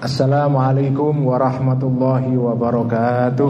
Assalamualaikum warahmatullahi wabarakatuh.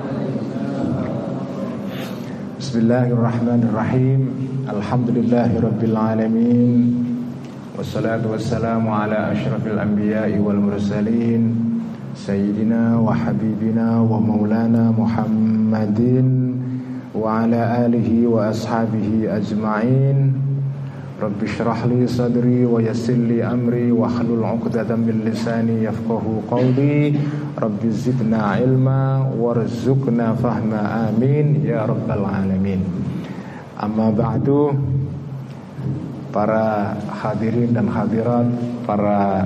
Bismillahirrahmanirrahim. Alhamdulillahirabbil alamin. Wassalatu wassalamu ala asyrafil anbiya'i wal mursalin sayyidina wa habibina wa maulana Muhammadin wa ala alihi wa ashabihi ajma'in. Rabbi syrah li sadri wa yassir li amri wa hlul 'uqdatam min lisani yafqahu qawli. Rabbi zidna ilma warzuqna fahma, amin ya rabbal alamin. Amma ba'du, para hadirin dan hadirat, para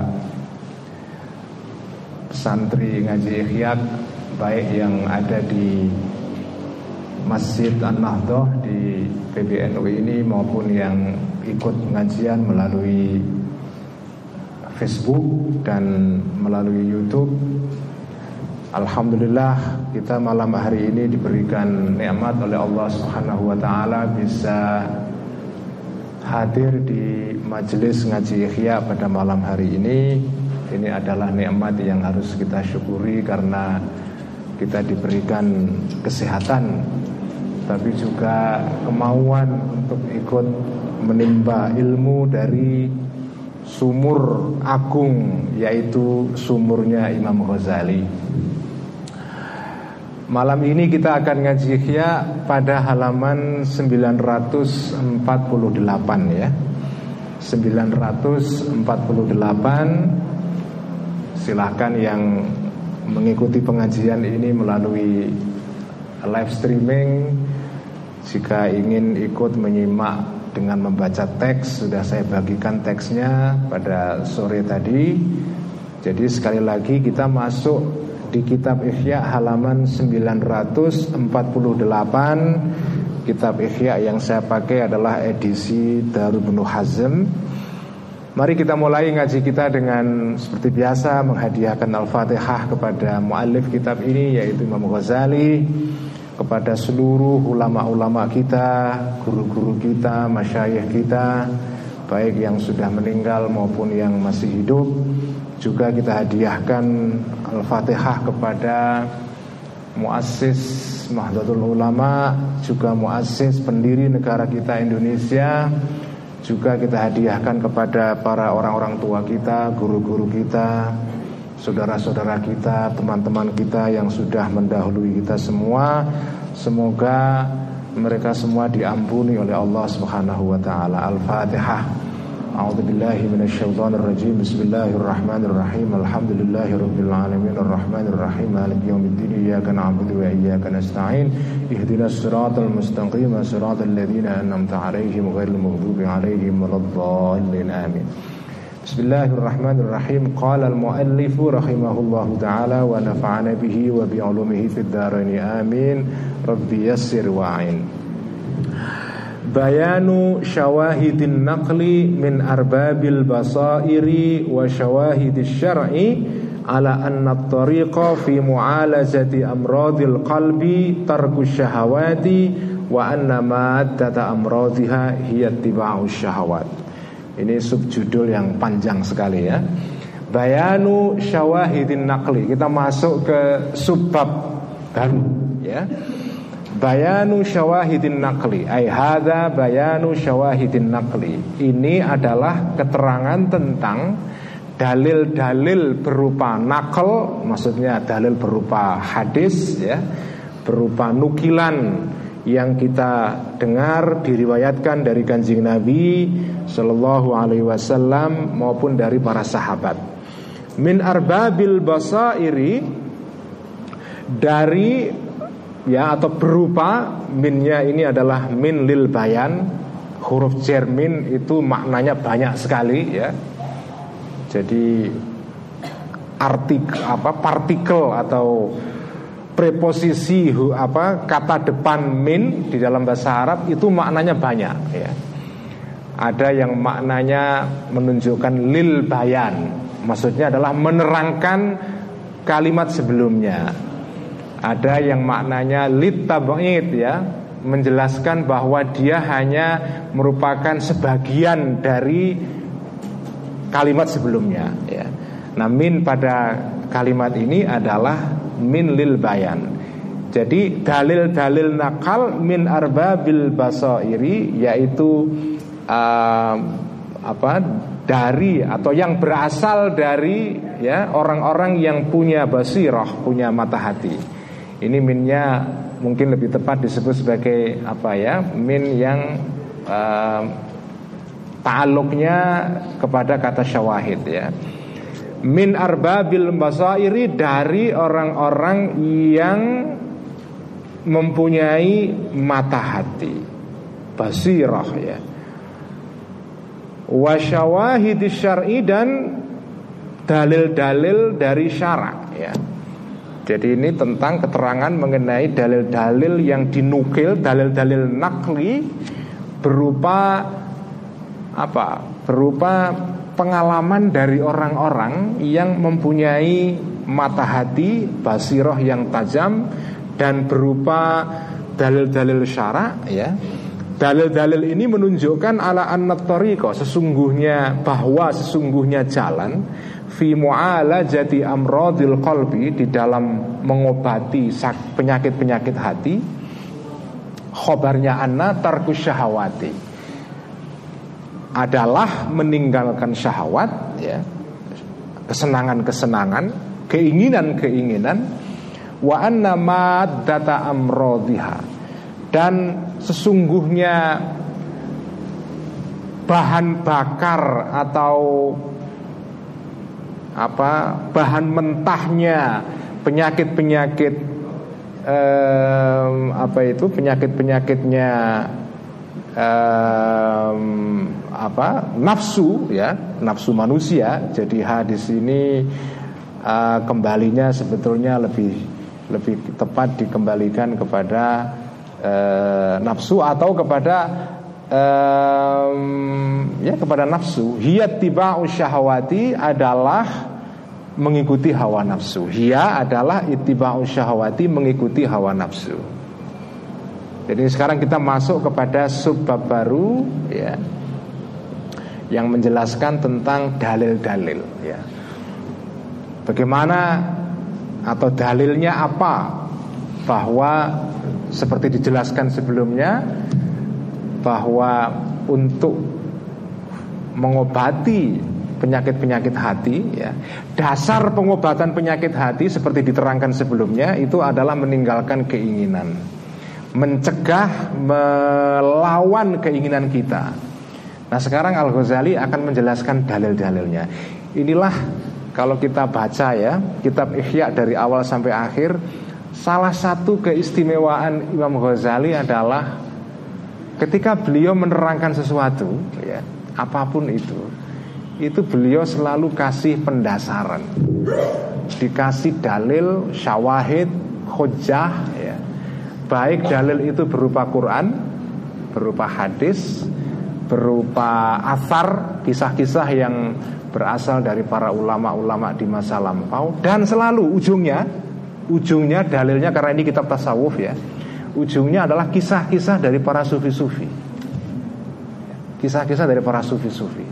santri ngaji Ihya, baik yang ada di Masjid An-Nahdhah di PBNU ini maupun yang ikut pengajian melalui Facebook dan melalui YouTube. Alhamdulillah, kita malam hari ini diberikan nikmat oleh Allah Subhanahu wa taala bisa hadir di majelis ngaji Ihya pada malam hari ini. Ini adalah nikmat yang harus kita syukuri karena kita diberikan kesehatan, tapi juga kemauan untuk ikut menimba ilmu dari sumur agung, yaitu sumurnya Imam Ghazali. Malam ini kita akan ngaji Ihya pada halaman 948 ya. 948. Silakan yang mengikuti pengajian ini melalui live streaming, jika ingin ikut menyimak dengan membaca teks, sudah saya bagikan teksnya pada sore tadi. Jadi sekali lagi kita masuk di kitab Ihya halaman 948. Kitab Ihya yang saya pakai adalah edisi Darul Ibnu Hazm. Mari kita mulai ngaji kita dengan seperti biasa menghadiahkan Al-Fatihah kepada muallif kitab ini, yaitu Imam Ghazali, kepada seluruh ulama-ulama kita, guru-guru kita, masyayikh kita, baik yang sudah meninggal maupun yang masih hidup. Juga kita hadiahkan Al-Fatihah kepada muassis Nahdlatul Ulama, juga muassis pendiri negara kita Indonesia. Juga kita hadiahkan kepada para orang-orang tua kita, guru-guru kita, saudara-saudara kita, teman-teman kita yang sudah mendahului kita semua. Semoga mereka semua diampuni oleh Allah Subhanahu wa taala. Al-Fatihah. A'udzubillahi minasyaitonirrajim. Bismillahirrahmanirrahim. Alhamdulillahirabbil alamin arrahmanir rahim maliki yaumiddin iyyaka na'budu wa iyyaka nasta'in ihdinas siratal mustaqim siratal ladzina an'amta 'alaihim ghairil maghdubi 'alaihim waladdallin amin. Bismillahirrahmanirrahim. Qala al-muallif rahimahullahu ta'ala wa nafa'ana bihi wa bi 'ulumihi fid dharain amin. Rabbi yassir wa'in. Bayanu syawahidin naqli min arbabil basairi wa syawahidis syar'i ala anna at-tariqa fi mu'alajati amradil qalbi tarkus syahawati wa anna maddata amradhiha hiya ittiba'us syahawat. Ini subjudul yang panjang sekali ya. Bayanu syawahidin naqli. Kita masuk ke subbab baru ya. Bayanu syawahidin naqli. Ai hadza bayanu syawahidin naqli. Ini adalah keterangan tentang dalil-dalil berupa naql, maksudnya dalil berupa hadis ya, berupa nukilan yang kita dengar diriwayatkan dari Kanjeng Nabi sallallahu alaihi wasallam maupun dari para sahabat. Min arbabil basairi, dari ya, atau berupa minnya ini adalah min lil bayan. Huruf jar min itu maknanya banyak sekali ya. Jadi partikel atau preposisi kata depan min di dalam bahasa Arab itu maknanya banyak ya. Ada yang maknanya menunjukkan lil bayan, maksudnya adalah menerangkan kalimat sebelumnya. Ada yang maknanya lit tab'id ya, menjelaskan bahwa dia hanya merupakan sebagian dari kalimat sebelumnya ya. Nah, min pada kalimat ini adalah min lil bayan. Jadi dalil-dalil nakal min arbabil basairi, yaitu dari atau yang berasal dari ya orang-orang yang punya basirah, punya mata hati. Ini minnya mungkin lebih tepat disebut sebagai min yang ta'alluqnya kepada kata syawahid ya. Min arbabil basairi, dari orang-orang yang mempunyai mata hati, basirah ya. Wa syawahidis syar'i, dan dalil-dalil dari syarak ya. Jadi ini tentang keterangan mengenai dalil-dalil yang dinukil, dalil-dalil nakli, berupa berupa pengalaman dari orang-orang yang mempunyai mata hati, basirah yang tajam, dan berupa dalil-dalil syarak ya. Dalil-dalil ini menunjukkan ala anna tariqa, sesungguhnya jalan fi mu'alajati amradil qalbi, di dalam mengobati penyakit-penyakit hati. Khobarnya anna tarkus syahawati, adalah meninggalkan syahwat ya, kesenangan-kesenangan, keinginan-keinginan. Wa anna maddata amradhiha, dan sesungguhnya bahan bakar atau bahan mentahnya penyakit-penyakit penyakit-penyakitnya nafsu ya, nafsu manusia. Jadi hadis ini kembalinya sebetulnya lebih tepat dikembalikan kepada nafsu atau kepada kepada nafsu. Hiya tiba'u syahawati, adalah mengikuti hawa nafsu. Hiya adalah ittiba'u syahawati, mengikuti hawa nafsu. Jadi sekarang kita masuk kepada subbab baru ya, yang menjelaskan tentang dalil-dalil ya. Bagaimana atau dalilnya apa, bahwa seperti dijelaskan sebelumnya, bahwa untuk mengobati penyakit-penyakit hati ya, dasar pengobatan penyakit hati seperti diterangkan sebelumnya itu adalah meninggalkan keinginan, mencegah, melawan keinginan kita. Nah sekarang Al-Ghazali akan menjelaskan dalil-dalilnya. Inilah kalau kita baca ya kitab Ihya dari awal sampai akhir, salah satu keistimewaan Imam Ghazali adalah ketika beliau menerangkan sesuatu ya, apapun itu beliau selalu kasih pendasaran, dikasih dalil, syawahid, hujjah ya. Baik dalil itu berupa Quran, berupa hadis, berupa athar, kisah-kisah yang berasal dari para ulama-ulama di masa lampau, dan selalu ujungnya dalilnya, karena ini kitab tasawuf ya, ujungnya adalah kisah-kisah dari para sufi-sufi. Kisah-kisah dari para sufi-sufi.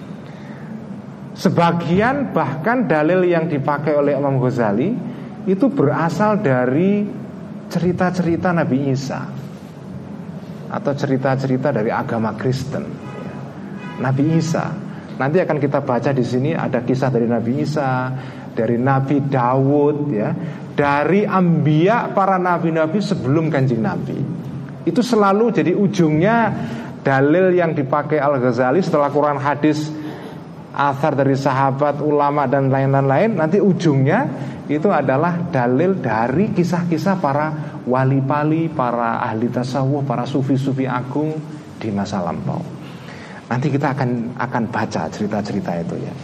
Sebagian bahkan dalil yang dipakai oleh Imam Ghazali itu berasal dari cerita-cerita Nabi Isa atau cerita-cerita dari agama Kristen. Nabi Isa. Nanti akan kita baca di sini ada kisah dari Nabi Isa, dari Nabi Daud ya, dari anbiya, para nabi-nabi sebelum Kanjeng Nabi. Itu selalu jadi ujungnya dalil yang dipakai Al-Ghazali setelah Quran, hadis, athar dari sahabat, ulama dan lain-lain. Nanti ujungnya itu adalah dalil dari kisah-kisah para wali-wali, para ahli tasawuf, para sufi-sufi agung di masa lampau. Nanti kita akan baca cerita-cerita itu ya.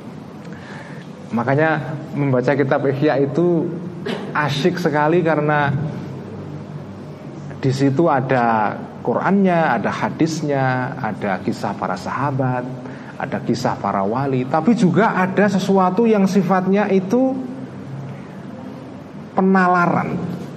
Makanya membaca kitab Ihya itu asyik sekali, karena di situ ada Qurannya, ada hadisnya, ada kisah para sahabat, ada kisah para wali, tapi juga ada sesuatu yang sifatnya itu penalaran,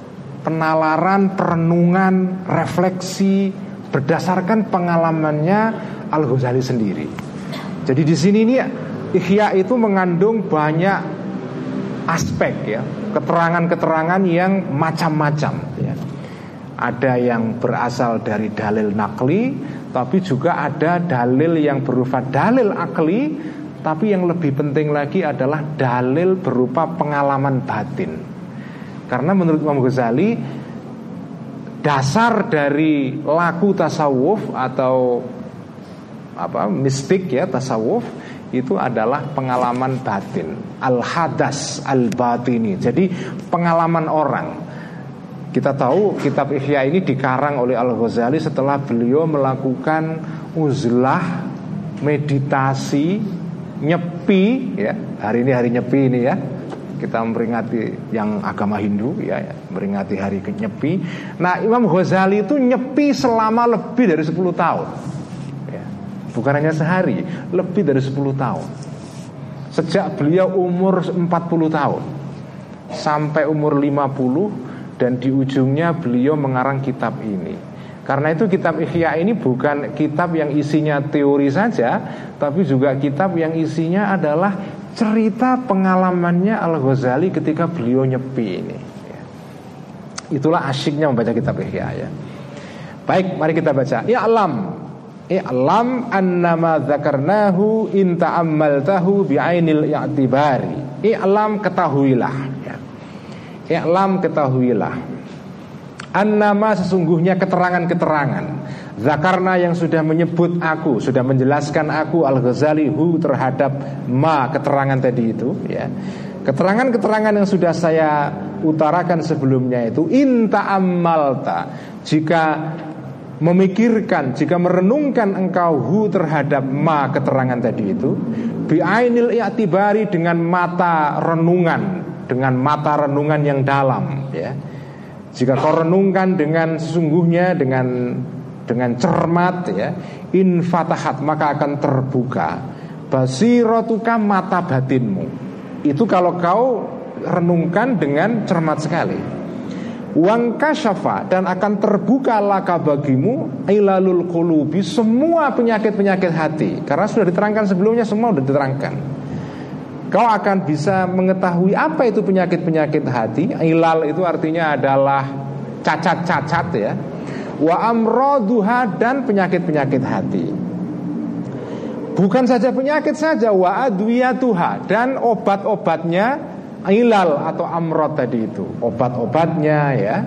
perenungan, refleksi berdasarkan pengalamannya Al-Ghazali sendiri. Jadi di sini ini Ihya itu mengandung banyak aspek ya, keterangan-keterangan yang macam-macam ya. Ada yang berasal dari dalil nakli, tapi juga ada dalil yang berupa dalil akli, tapi yang lebih penting lagi adalah dalil berupa pengalaman batin. Karena menurut Imam Ghazali, dasar dari laku tasawuf atau mistik ya, tasawuf itu adalah pengalaman batin, al-hadas al-batini. Jadi pengalaman orang. Kita tahu kitab Ihya ini dikarang oleh Al-Ghazali setelah beliau melakukan uzlah, meditasi, nyepi ya. Hari ini hari nyepi ini ya. Kita memperingati yang agama Hindu ya, memperingati hari nyepi. Nah, Imam Ghazali itu nyepi selama lebih dari 10 tahun ya. Bukan hanya sehari, lebih dari 10 tahun. Sejak beliau umur 40 tahun sampai umur 50, dan di ujungnya beliau mengarang kitab ini. Karena itu kitab Ihya ini bukan kitab yang isinya teori saja, tapi juga kitab yang isinya adalah cerita pengalamannya Al-Ghazali ketika beliau nyepi ini ya. Itulah asyiknya membaca kitab Ihya ya. Baik, mari kita baca. I'lam annama dzakarnahu in ta'ammaltahu bi'ainil i'tibari. I'lam, ketahuilah ya. I'lam, ketahuilah, annama, sesungguhnya keterangan-keterangan, zakarna, yang sudah menyebut aku, sudah menjelaskan aku Al-Ghazali hu, terhadap ma, keterangan tadi itu ya. Keterangan-keterangan yang sudah saya utarakan sebelumnya itu, in ta'ammalta, jika memikirkan, jika merenungkan engkau hu, terhadap ma, keterangan tadi itu, bi'ainil i'tibari, dengan mata renungan, dengan mata renungan yang dalam ya. Jika kau renungkan dengan sesungguhnya, dengan cermat ya, in fatahat, maka akan terbuka basiratuka, mata batinmu. Itu kalau kau renungkan dengan cermat sekali. Wang kasyafa, dan akan terbuka laka bagimu ilalul qulubi, semua penyakit-penyakit hati. Karena sudah diterangkan sebelumnya, semua sudah diterangkan. Kau akan bisa mengetahui apa itu penyakit-penyakit hati. Ilal itu artinya adalah cacat-cacat ya. Wa amraduha, dan penyakit-penyakit hati. Bukan saja penyakit saja, wa adwiyatuha, dan obat-obatnya. Ilal atau amrad tadi itu, obat-obatnya ya.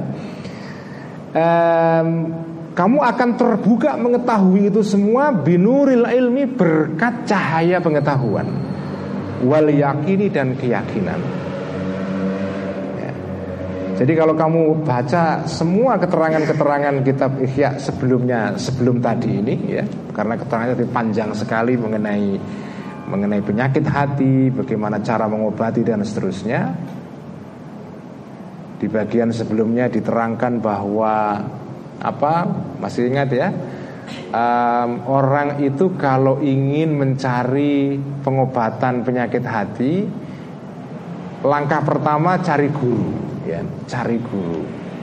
Kamu akan terbuka mengetahui itu semua binuril ilmi, berkat cahaya pengetahuan, wal yakini, dan keyakinan ya. Jadi kalau kamu baca semua keterangan-keterangan kitab Ihya sebelumnya, sebelum tadi ini ya, karena keterangannya lebih panjang sekali mengenai penyakit hati, bagaimana cara mengobati dan seterusnya. Di bagian sebelumnya diterangkan bahwa masih ingat ya, orang itu kalau ingin mencari pengobatan penyakit hati, langkah pertama cari guru ya, cari guru.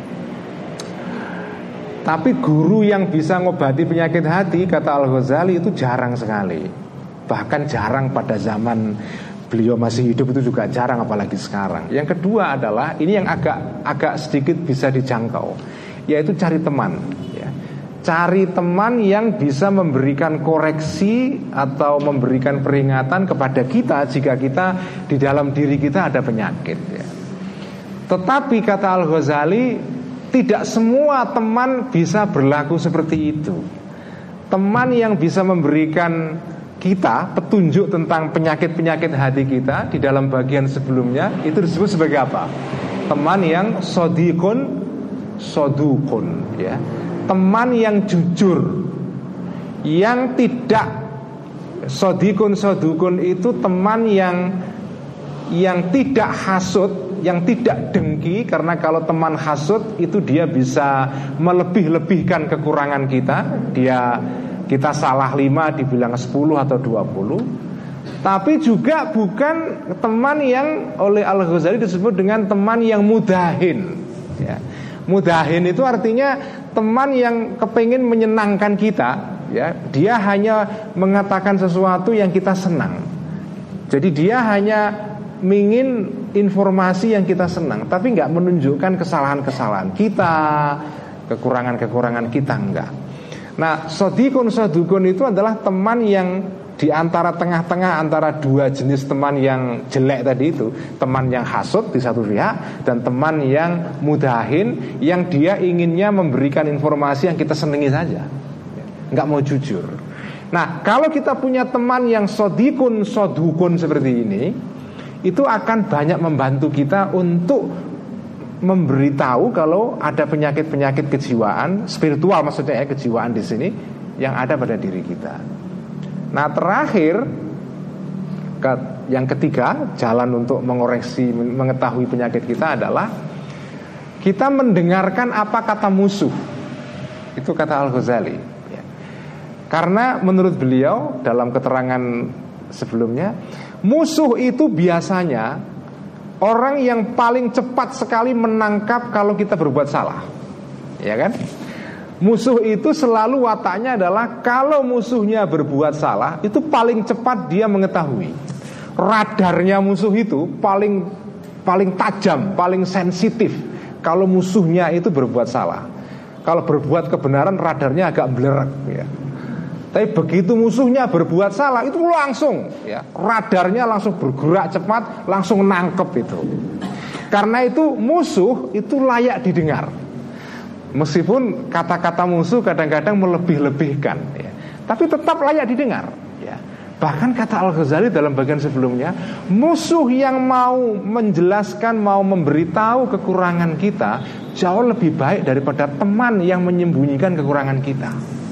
Tapi guru yang bisa ngobati penyakit hati, kata Al-Ghazali, itu jarang sekali. Bahkan jarang pada zaman beliau masih hidup, itu juga jarang, apalagi sekarang. Yang kedua adalah, ini yang agak sedikit bisa dijangkau, yaitu cari teman ya. Cari teman yang bisa memberikan koreksi atau memberikan peringatan kepada kita jika kita di dalam diri kita ada penyakit ya. Tetapi kata Al-Ghazali, tidak semua teman bisa berlaku seperti itu. Teman yang bisa memberikan kita petunjuk tentang penyakit-penyakit hati kita di dalam bagian sebelumnya itu disebut sebagai apa? Teman yang sodikun ya. Teman yang jujur, yang tidak sodikun itu teman yang tidak hasud, yang tidak dengki. Karena kalau teman hasud itu dia bisa melebih-lebihkan kekurangan kita. Kita salah 5 dibilang 10 atau 20. Tapi juga bukan teman yang oleh Al-Ghazali disebut dengan teman yang mudahin ya. Mudahin itu artinya teman yang kepingin menyenangkan kita ya. Dia hanya mengatakan sesuatu yang kita senang. Jadi dia hanya ingin informasi yang kita senang, tapi nggak menunjukkan kesalahan-kesalahan kita, kekurangan-kekurangan kita, enggak. Nah, sodikun itu adalah teman yang di antara tengah-tengah antara dua jenis teman yang jelek tadi itu. Teman yang hasud di satu pihak, dan teman yang mudahin, yang dia inginnya memberikan informasi yang kita senangi saja, nggak mau jujur. Nah, kalau kita punya teman yang sodikun seperti ini, itu akan banyak membantu kita untuk memberitahu kalau ada penyakit-penyakit kejiwaan, spiritual maksudnya ya, kejiwaan di sini yang ada pada diri kita. Nah, terakhir yang ketiga, jalan untuk mengoreksi, mengetahui penyakit kita adalah kita mendengarkan apa kata musuh. Itu kata Al-Ghazali ya. Karena menurut beliau dalam keterangan sebelumnya, musuh itu biasanya orang yang paling cepat sekali menangkap kalau kita berbuat salah. Ya kan? Musuh itu selalu wataknya adalah kalau musuhnya berbuat salah, itu paling cepat dia mengetahui. Radarnya musuh itu paling tajam, paling sensitif kalau musuhnya itu berbuat salah. Kalau berbuat kebenaran radarnya agak blerek ya. Tapi begitu musuhnya berbuat salah, itu langsung ya, radarnya langsung bergerak cepat, langsung nangkep itu. Karena itu musuh itu layak didengar. Meskipun kata-kata musuh kadang-kadang melebih-lebihkan ya, tapi tetap layak didengar ya. Bahkan kata Al-Ghazali dalam bagian sebelumnya, musuh yang mau menjelaskan, mau memberitahu kekurangan kita jauh lebih baik daripada teman yang menyembunyikan kekurangan kita.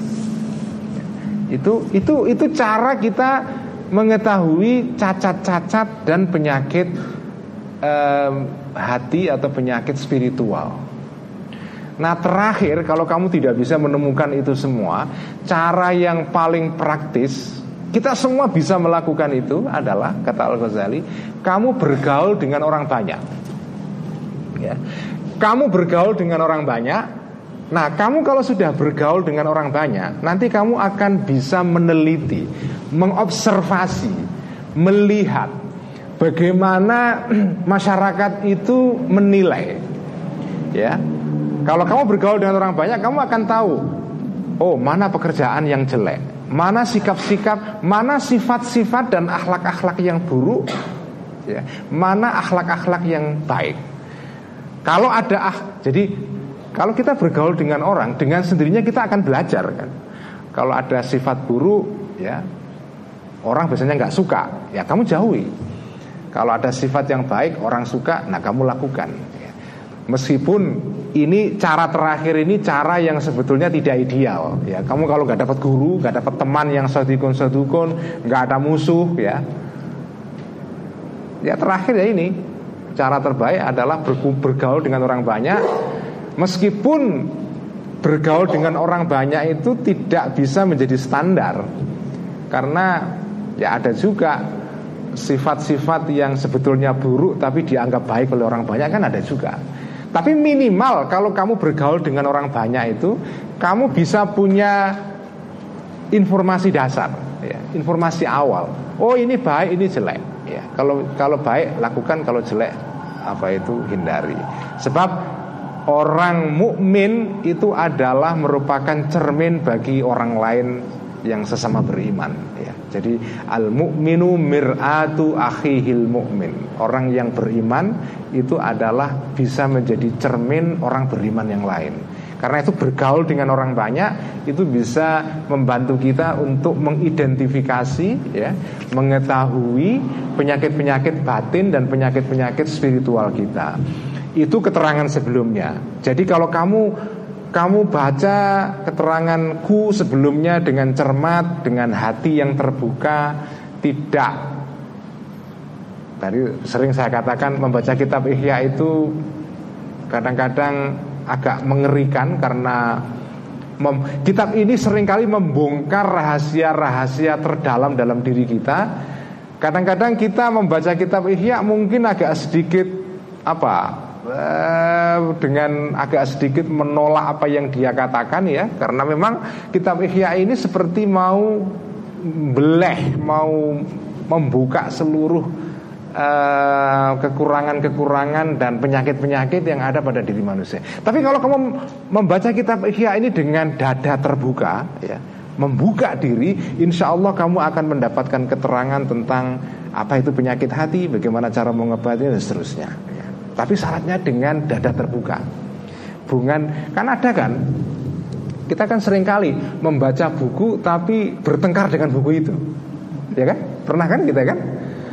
Itu cara kita mengetahui cacat-cacat dan penyakit hati atau penyakit spiritual. Nah, terakhir, kalau kamu tidak bisa menemukan itu semua, cara yang paling praktis, kita semua bisa melakukan itu adalah, kata Al-Ghazali, kamu bergaul dengan orang banyak ya. Kamu bergaul dengan orang banyak. Nah, kamu kalau sudah bergaul dengan orang banyak, nanti kamu akan bisa meneliti, mengobservasi, melihat bagaimana masyarakat itu menilai. Ya, kalau kamu bergaul dengan orang banyak, kamu akan tahu, oh, mana pekerjaan yang jelek, mana sikap-sikap, mana sifat-sifat dan akhlak-akhlak yang buruk, ya, mana akhlak-akhlak yang baik. Kalau ada jadi kalau kita bergaul dengan orang, dengan sendirinya kita akan belajar kan. Kalau ada sifat buruk, ya, orang biasanya nggak suka, ya kamu jauhi. Kalau ada sifat yang baik, orang suka, nah kamu lakukan ya. Meskipun ini cara terakhir ini cara yang sebetulnya tidak ideal ya. Kamu kalau nggak dapat guru, nggak dapat teman yang sodikun, nggak ada musuh ya, ya terakhir ya ini, cara terbaik adalah bergaul dengan orang banyak. Meskipun bergaul dengan orang banyak itu tidak bisa menjadi standar, karena ya ada juga sifat-sifat yang sebetulnya buruk tapi dianggap baik oleh orang banyak, kan ada juga. Tapi minimal kalau kamu bergaul dengan orang banyak itu, kamu bisa punya informasi dasar ya, informasi awal. Oh, ini baik, ini jelek ya. Kalau baik lakukan, kalau jelek hindari. Sebab orang mukmin itu adalah merupakan cermin bagi orang lain yang sesama beriman ya. Jadi al-mu'minu mir'atu akhihil mu'min. Orang yang beriman itu adalah bisa menjadi cermin orang beriman yang lain. Karena itu bergaul dengan orang banyak itu bisa membantu kita untuk mengidentifikasi ya, mengetahui penyakit-penyakit batin dan penyakit-penyakit spiritual kita. Itu keterangan sebelumnya. Jadi kalau kamu baca keteranganku sebelumnya dengan cermat, dengan hati yang terbuka, tidak, tadi sering saya katakan membaca kitab Ihya itu kadang-kadang agak mengerikan karena kitab ini seringkali membongkar rahasia-rahasia terdalam dalam diri kita. Kadang-kadang kita membaca kitab Ihya mungkin agak sedikit dengan agak sedikit menolak apa yang dia katakan ya, karena memang kitab Ihya ini seperti mau beleh, mau membuka seluruh kekurangan-kekurangan dan penyakit-penyakit yang ada pada diri manusia. Tapi kalau kamu membaca kitab Ihya ini dengan dada terbuka, ya, membuka diri, insya Allah kamu akan mendapatkan keterangan tentang apa itu penyakit hati, bagaimana cara mengobatinya dan seterusnya, ya. Tapi syaratnya dengan dada terbuka. Kan ada kan, kita kan seringkali membaca buku tapi bertengkar dengan buku itu, ya kan? Pernah kan kita kan?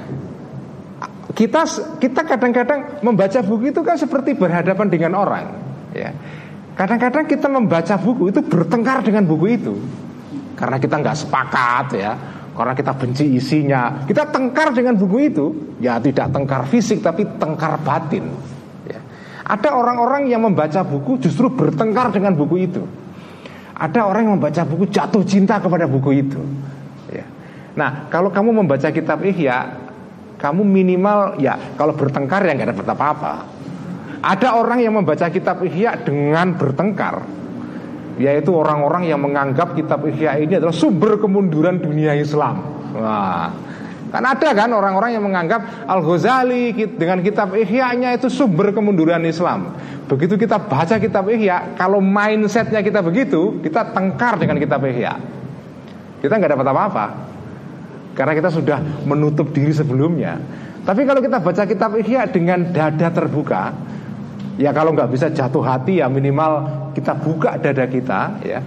Kita kadang-kadang membaca buku itu kan seperti berhadapan dengan orang, ya. Kadang-kadang kita membaca buku itu bertengkar dengan buku itu karena kita nggak sepakat, ya, karena kita benci isinya, kita tengkar dengan buku itu. Ya tidak tengkar fisik tapi tengkar batin, ya. Ada orang-orang yang membaca buku justru bertengkar dengan buku itu. Ada orang yang membaca buku jatuh cinta kepada buku itu, ya. Nah, kalau kamu membaca kitab Ihya, kamu minimal, ya, kalau bertengkar ya nggak dapat apa-apa. Ada orang yang membaca kitab Ihya dengan bertengkar, yaitu orang-orang yang menganggap kitab Ihya ini adalah sumber kemunduran dunia Islam. Wah, kan ada kan orang-orang yang menganggap Al-Ghazali dengan kitab Ihya-nya itu sumber kemunduran Islam. Begitu kita baca kitab Ihya, kalau mindsetnya kita begitu, kita tengkar dengan kitab Ihya, kita nggak dapat apa-apa karena kita sudah menutup diri sebelumnya. Tapi kalau kita baca kitab Ihya dengan dada terbuka, ya kalau nggak bisa jatuh hati, ya minimal kita buka dada kita, ya.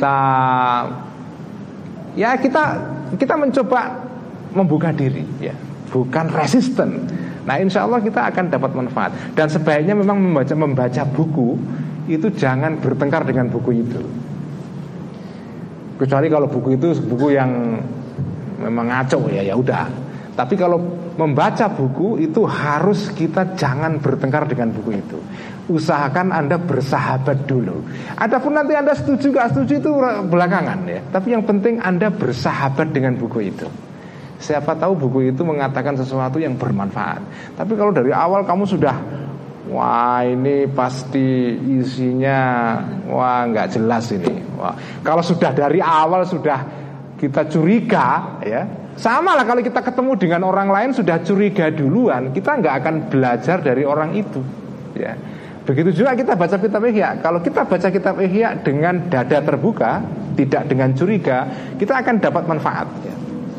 Kita mencoba membuka diri, ya, bukan resisten. Nah, insya Allah kita akan dapat manfaat. Dan sebaiknya memang membaca buku itu jangan bertengkar dengan buku itu. Kecuali kalau buku itu buku yang memang ngaco, ya udah. Tapi kalau membaca buku itu harus kita jangan bertengkar dengan buku itu. Usahakan Anda bersahabat dulu. Adapun nanti Anda setuju gak setuju itu belakangan, ya. Tapi yang penting Anda bersahabat dengan buku itu. Siapa tahu buku itu mengatakan sesuatu yang bermanfaat. Tapi kalau dari awal kamu sudah, wah ini pasti isinya, wah nggak jelas ini. Wah, kalau sudah dari awal sudah kita curiga, ya, sama lah kalau kita ketemu dengan orang lain sudah curiga duluan, kita nggak akan belajar dari orang itu, ya. Begitu juga kita baca kitab Ihya. Kalau kita baca kitab Ihya dengan dada terbuka, tidak dengan curiga, kita akan dapat manfaat, ya.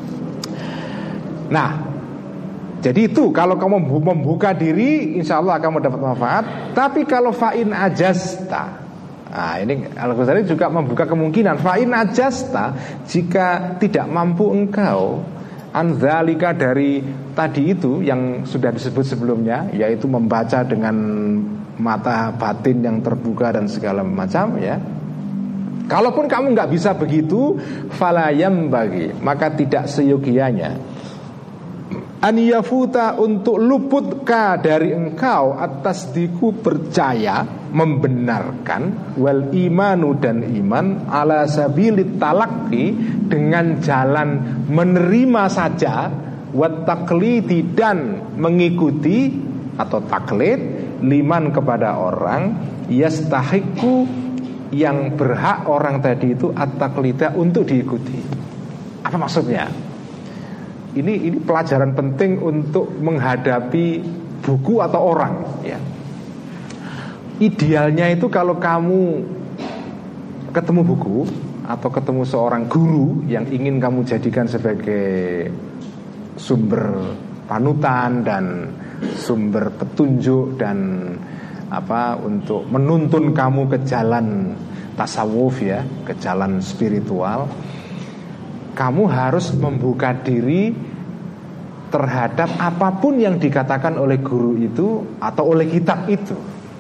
Nah, jadi itu kalau kamu membuka diri, insya Allah kamu dapat manfaat. Tapi kalau fa'in ajasta, nah ini Al-Ghazali juga membuka kemungkinan fa'in ajasta, jika tidak mampu engkau anzalika dari tadi itu yang sudah disebut sebelumnya, yaitu membaca dengan mata batin yang terbuka dan segala macam, ya. Kalaupun kamu nggak bisa begitu, falayam bagi, maka tidak seyogianya an yafuta, untuk luputkah dari engkau atas diku percaya, membenarkan, wal imanu dan iman, ala sabilit talaqi, dengan jalan menerima saja, wat taklidi dan mengikuti atau taklid, liman kepada orang yastahiku, yang berhak orang tadi itu at-taklida untuk diikuti. Apa maksudnya? Ini pelajaran penting untuk menghadapi buku atau orang, ya. Idealnya itu kalau kamu ketemu buku atau ketemu seorang guru yang ingin kamu jadikan sebagai sumber panutan dan sumber petunjuk dan untuk menuntun kamu ke jalan tasawuf, ya, ke jalan spiritual, kamu harus membuka diri terhadap apapun yang dikatakan oleh guru itu atau oleh kitab itu.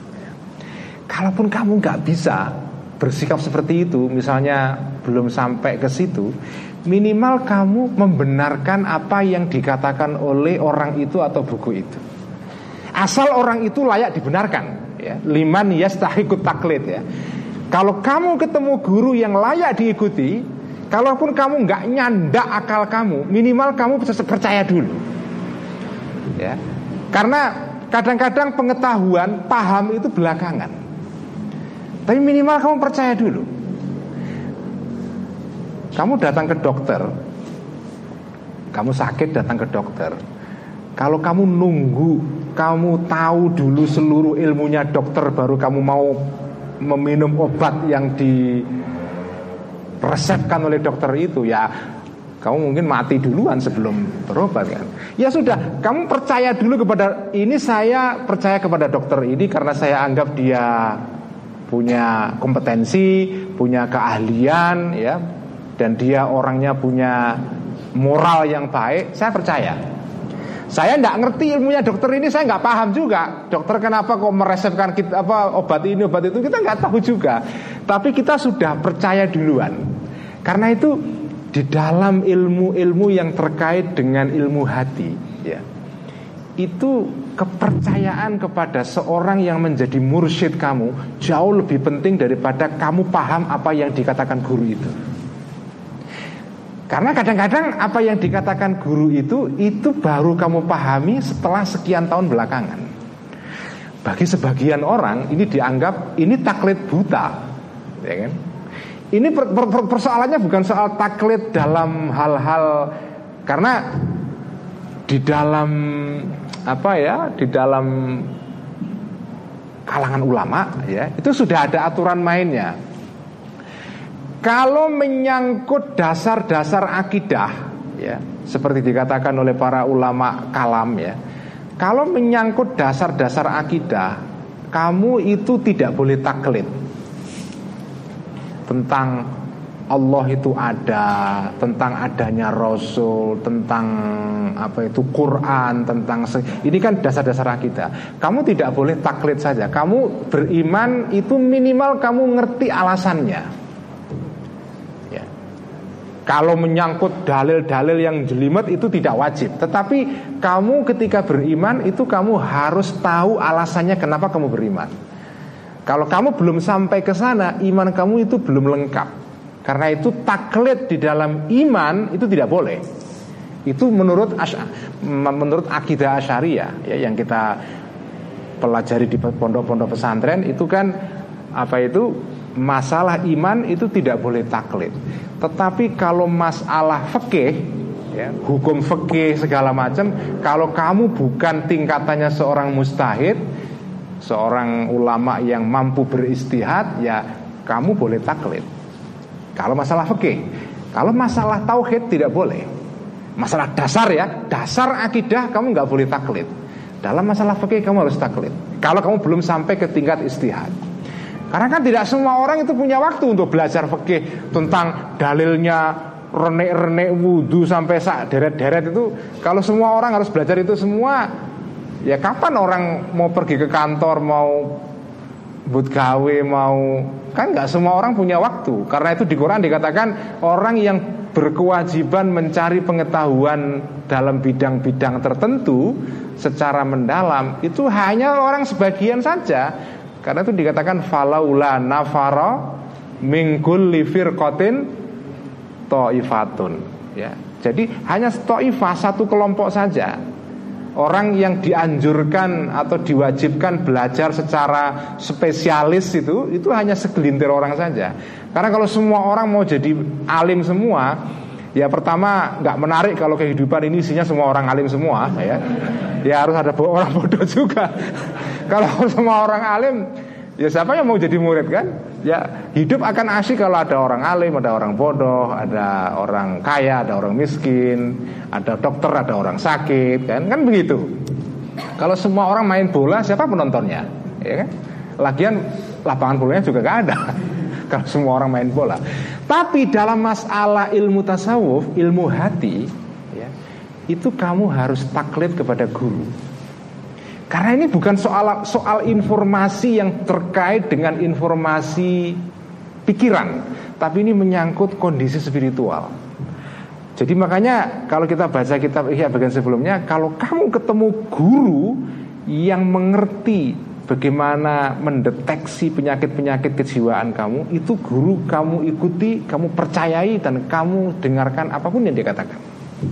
Kalaupun kamu nggak bisa bersikap seperti itu, misalnya belum sampai ke situ, minimal kamu membenarkan apa yang dikatakan oleh orang itu atau buku itu. Asal orang itu layak dibenarkan, ya. Liman yastahiqut taklid, ya. Kalau kamu ketemu guru yang layak diikuti, kalaupun kamu nggak nyandak akal kamu, minimal kamu bisa percaya dulu, ya. Karena kadang-kadang pengetahuan, paham itu belakangan. Tapi minimal kamu percaya dulu. Kamu datang ke dokter, kamu sakit datang ke dokter. Kalau kamu nunggu, kamu tahu dulu seluruh ilmunya dokter, baru kamu mau meminum obat yang diresepkan oleh dokter itu, ya kamu mungkin mati duluan sebelum berobat kan. Ya sudah, kamu percaya dulu kepada ini, saya percaya kepada dokter ini karena saya anggap dia punya kompetensi, punya keahlian, ya, dan dia orangnya punya moral yang baik, saya percaya. Saya nggak ngerti ilmunya dokter ini, saya nggak paham juga. Dokter kenapa kok meresepkan kita obat ini obat itu, kita nggak tahu juga. Tapi kita sudah percaya duluan. Karena itu di dalam ilmu-ilmu yang terkait dengan ilmu hati, ya, itu kepercayaan kepada seorang yang menjadi mursyid kamu jauh lebih penting daripada kamu paham apa yang dikatakan guru itu. Karena kadang-kadang apa yang dikatakan guru itu baru kamu pahami setelah sekian tahun belakangan. Bagi sebagian orang ini dianggap ini taklid buta, ya kan? Ini persoalannya bukan soal taklid dalam hal-hal, karena di dalam di dalam kalangan ulama, ya, itu sudah ada aturan mainnya. Kalau menyangkut dasar-dasar akidah, ya, seperti dikatakan oleh para ulama kalam, ya, kalau menyangkut dasar-dasar akidah, kamu itu tidak boleh taklid tentang Allah itu ada, tentang adanya Rasul, tentang Quran, tentang ini kan dasar-dasar akidah. Kamu tidak boleh taklid saja. Kamu beriman itu minimal kamu ngerti alasannya. Kalau menyangkut dalil-dalil yang jelimet itu tidak wajib. Tetapi kamu ketika beriman itu kamu harus tahu alasannya kenapa kamu beriman. Kalau kamu belum sampai ke sana, iman kamu itu belum lengkap. Karena itu taklid di dalam iman itu tidak boleh. Itu menurut akidah Asy'ariyah, ya, yang kita pelajari di pondok-pondok pesantren itu kan masalah iman itu tidak boleh taklid. Tetapi kalau masalah fikih, ya, hukum fikih segala macam, kalau kamu bukan tingkatannya seorang mujtahid, seorang ulama yang mampu beristihad, ya kamu boleh taklid. Kalau masalah fikih, kalau masalah tauhid tidak boleh. Masalah dasar, ya, dasar akidah kamu nggak boleh taklid. Dalam masalah fikih kamu harus taklid. Kalau kamu belum sampai ke tingkat istihad. Karena kan tidak semua orang itu punya waktu untuk belajar fikih tentang dalilnya renek-renek wudu sampai deret-deret itu. Kalau semua orang harus belajar itu semua, ya kapan orang mau pergi ke kantor, mau buat gawe, kan nggak semua orang punya waktu. Karena itu di Quran dikatakan orang yang berkewajiban mencari pengetahuan dalam bidang-bidang tertentu secara mendalam itu hanya orang sebagian saja. Karena itu dikatakan falaula nafara min kulli firqatin ta'ifatun, ya. Jadi hanya ta'ifah, satu kelompok saja. Orang yang dianjurkan atau diwajibkan belajar secara spesialis itu hanya segelintir orang saja. Karena kalau semua orang mau jadi alim semua, ya pertama nggak menarik kalau kehidupan ini isinya semua orang alim semua, ya. Ya harus ada orang bodoh juga. Kalau semua orang alim, ya siapa yang mau jadi murid kan? Ya hidup akan asyik kalau ada orang alim, ada orang bodoh, ada orang kaya, ada orang miskin, ada dokter, ada orang sakit, kan begitu. Kalau semua orang main bola, siapa penontonnya? Ya kan? Lagian lapangan bolanya juga gak ada kalau semua orang main bola. Tapi dalam masalah ilmu tasawuf, ilmu hati, ya, itu kamu harus taklid kepada guru. Karena ini bukan soal informasi yang terkait dengan informasi pikiran, tapi ini menyangkut kondisi spiritual. Jadi makanya kalau kita baca kitab Ihya bagian sebelumnya, kalau kamu ketemu guru yang mengerti bagaimana mendeteksi penyakit-penyakit kejiwaan kamu, itu guru kamu ikuti, kamu percayai, dan kamu dengarkan apapun yang dia katakan.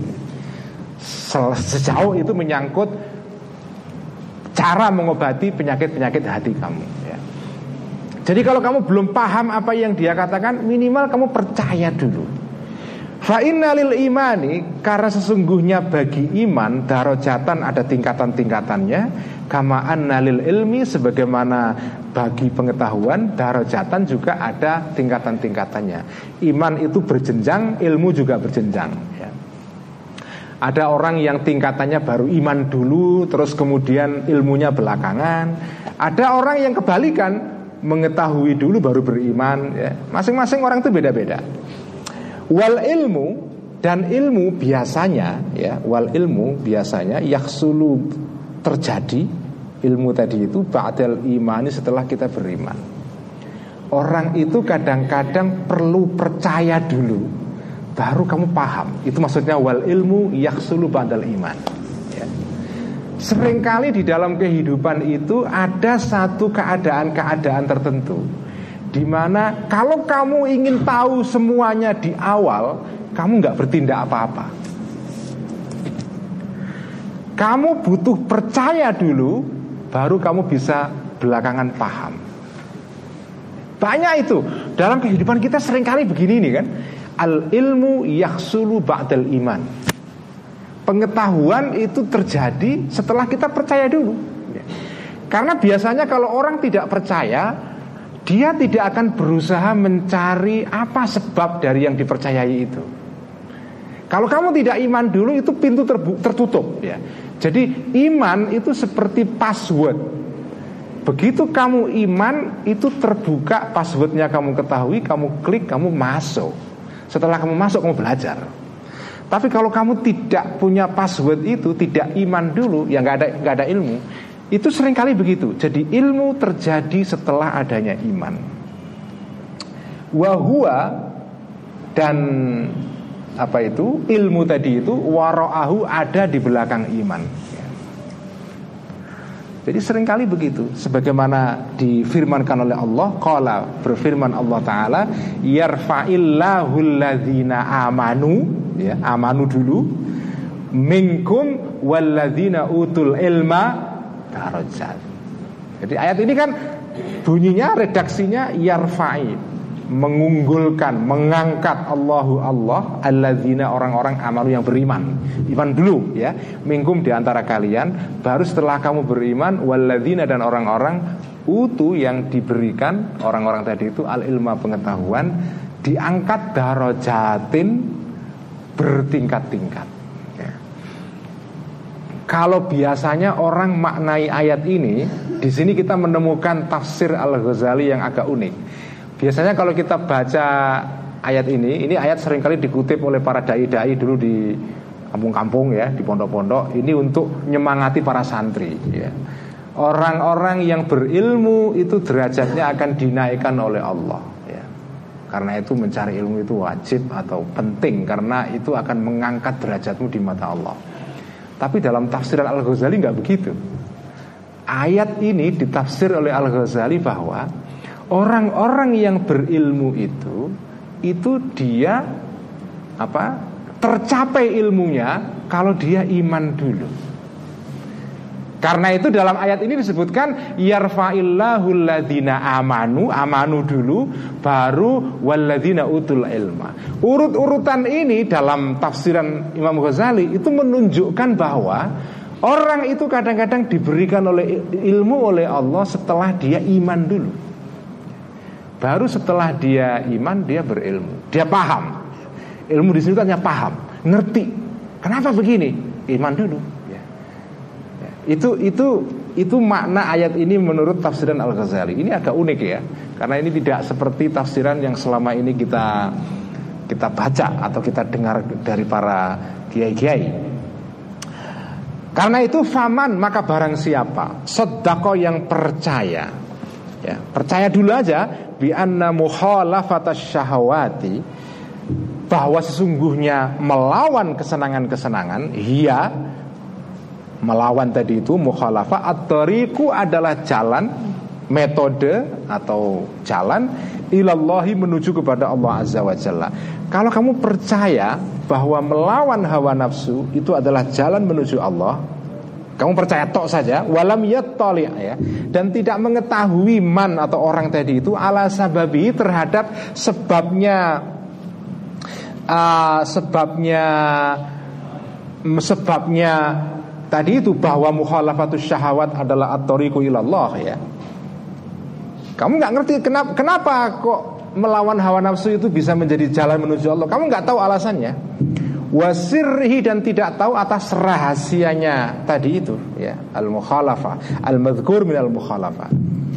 Sejauh itu menyangkut cara mengobati penyakit-penyakit hati kamu, ya. Jadi kalau kamu belum paham apa yang dia katakan, minimal kamu percaya dulu. Fa innalil imani, karena sesungguhnya bagi iman darajatan ada tingkatan-tingkatannya, kama annalil ilmi, sebagaimana bagi pengetahuan darajatan juga ada tingkatan-tingkatannya. Iman itu berjenjang, ilmu juga berjenjang, ya. Ada orang yang tingkatannya baru iman dulu, terus kemudian ilmunya belakangan. Ada orang yang kebalikan, mengetahui dulu baru beriman, ya. Masing-masing orang itu beda-beda. Wal ilmu, dan ilmu biasanya, ya, wal ilmu biasanya yaksulu, terjadi ilmu tadi itu ba'dal imani, setelah kita beriman. Orang itu kadang-kadang perlu percaya dulu baru kamu paham. Itu maksudnya wal ilmu yaksulu ba'dal iman, ya. Seringkali di dalam kehidupan itu ada satu keadaan-keadaan tertentu di mana kalau kamu ingin tahu semuanya di awal, kamu nggak bertindak apa-apa. Kamu butuh percaya dulu, baru kamu bisa belakangan paham. Banyak itu dalam kehidupan kita, seringkali begini nih kan. Al ilmu yaksulu ba'dal iman. Pengetahuan itu terjadi setelah kita percaya dulu. Karena biasanya kalau orang tidak percaya, dia tidak akan berusaha mencari apa sebab dari yang dipercayai itu. Kalau kamu tidak iman dulu, itu pintu tertutup, ya. Jadi iman itu seperti password. Begitu kamu iman, itu terbuka passwordnya, kamu ketahui, kamu klik, kamu masuk. Setelah kamu masuk, kamu belajar. Tapi kalau kamu tidak punya password itu, tidak iman dulu, ya nggak ada ilmu. Itu seringkali begitu. Jadi ilmu terjadi setelah adanya iman. Wahua, dan apa itu? Ilmu tadi itu wara'ahu, ada di belakang iman. Jadi seringkali begitu. Sebagaimana difirmankan oleh Allah, qala, berfirman Allah Ta'ala, yarfa'illahu alladhina amanu, ya, amanu dulu, minkum walladhina utul ilma darajat. Jadi ayat ini kan bunyinya, redaksinya yarfa'i, mengunggulkan, mengangkat Allahu Allah alladzina, orang-orang amalu yang beriman. Iman dulu, ya, minkum, di antara kalian, baru setelah kamu beriman, walladzina, dan orang-orang utu, yang diberikan, orang-orang tadi itu al ilma, pengetahuan, diangkat darajatin, bertingkat-tingkat, ya. Kalau biasanya orang maknai ayat ini, di sini kita menemukan tafsir Al-Ghazali yang agak unik. Biasanya kalau kita baca ayat ini ayat seringkali dikutip oleh para dai-dai dulu di kampung-kampung, ya, di pondok-pondok. Ini untuk menyemangati para santri, ya. Orang-orang yang berilmu itu derajatnya akan dinaikkan oleh Allah, ya. Karena itu mencari ilmu itu wajib atau penting, karena itu akan mengangkat derajatmu di mata Allah. Tapi dalam tafsiran Al-Ghazali nggak begitu. Ayat ini ditafsir oleh Al-Ghazali bahwa orang-orang yang berilmu itu dia tercapai ilmunya kalau dia iman dulu. Karena itu dalam ayat ini disebutkan yarfa'illahu alladhina amanu dulu, baru walladzina utul ilma. Urut-urutan ini dalam tafsiran Imam Ghazali itu menunjukkan bahwa orang itu kadang-kadang diberikan ilmu oleh Allah setelah dia iman dulu. Baru setelah dia iman, dia berilmu, dia paham. Ilmu di sini katanya paham, ngerti. Kenapa begini? Iman dulu, ya. Itu makna ayat ini menurut tafsiran Al-Ghazali. Ini agak unik, ya, karena ini tidak seperti tafsiran yang selama ini kita baca atau kita dengar dari para kiai-kiai. Karena itu faman, maka barang siapa sedekah yang percaya, ya, percaya dulu aja, bi anna mukhalafatasy syahawati, bahwa sesungguhnya melawan kesenangan-kesenangan, hiya, melawan tadi itu mukhalafah, at-tariqu adalah jalan, metode atau jalan ilallahi, menuju kepada Allah Azza wa Jalla. Kalau kamu percaya bahwa melawan hawa nafsu itu adalah jalan menuju Allah, kamu percaya tok saja, walam yattali', ya, dan tidak mengetahui man atau orang tadi itu ala sababi, terhadap sebabnya sebabnya tadi itu bahwa mukhalafatus syahawat adalah at-thariqu ilallah ya. Kamu nggak ngerti kenapa kok melawan hawa nafsu itu bisa menjadi jalan menuju Allah. Kamu nggak tahu alasannya. Wasirhi, dan tidak tahu atas rahasianya tadi itu ya, al-mukhalafah, al-madhkur min al-mukhalafah.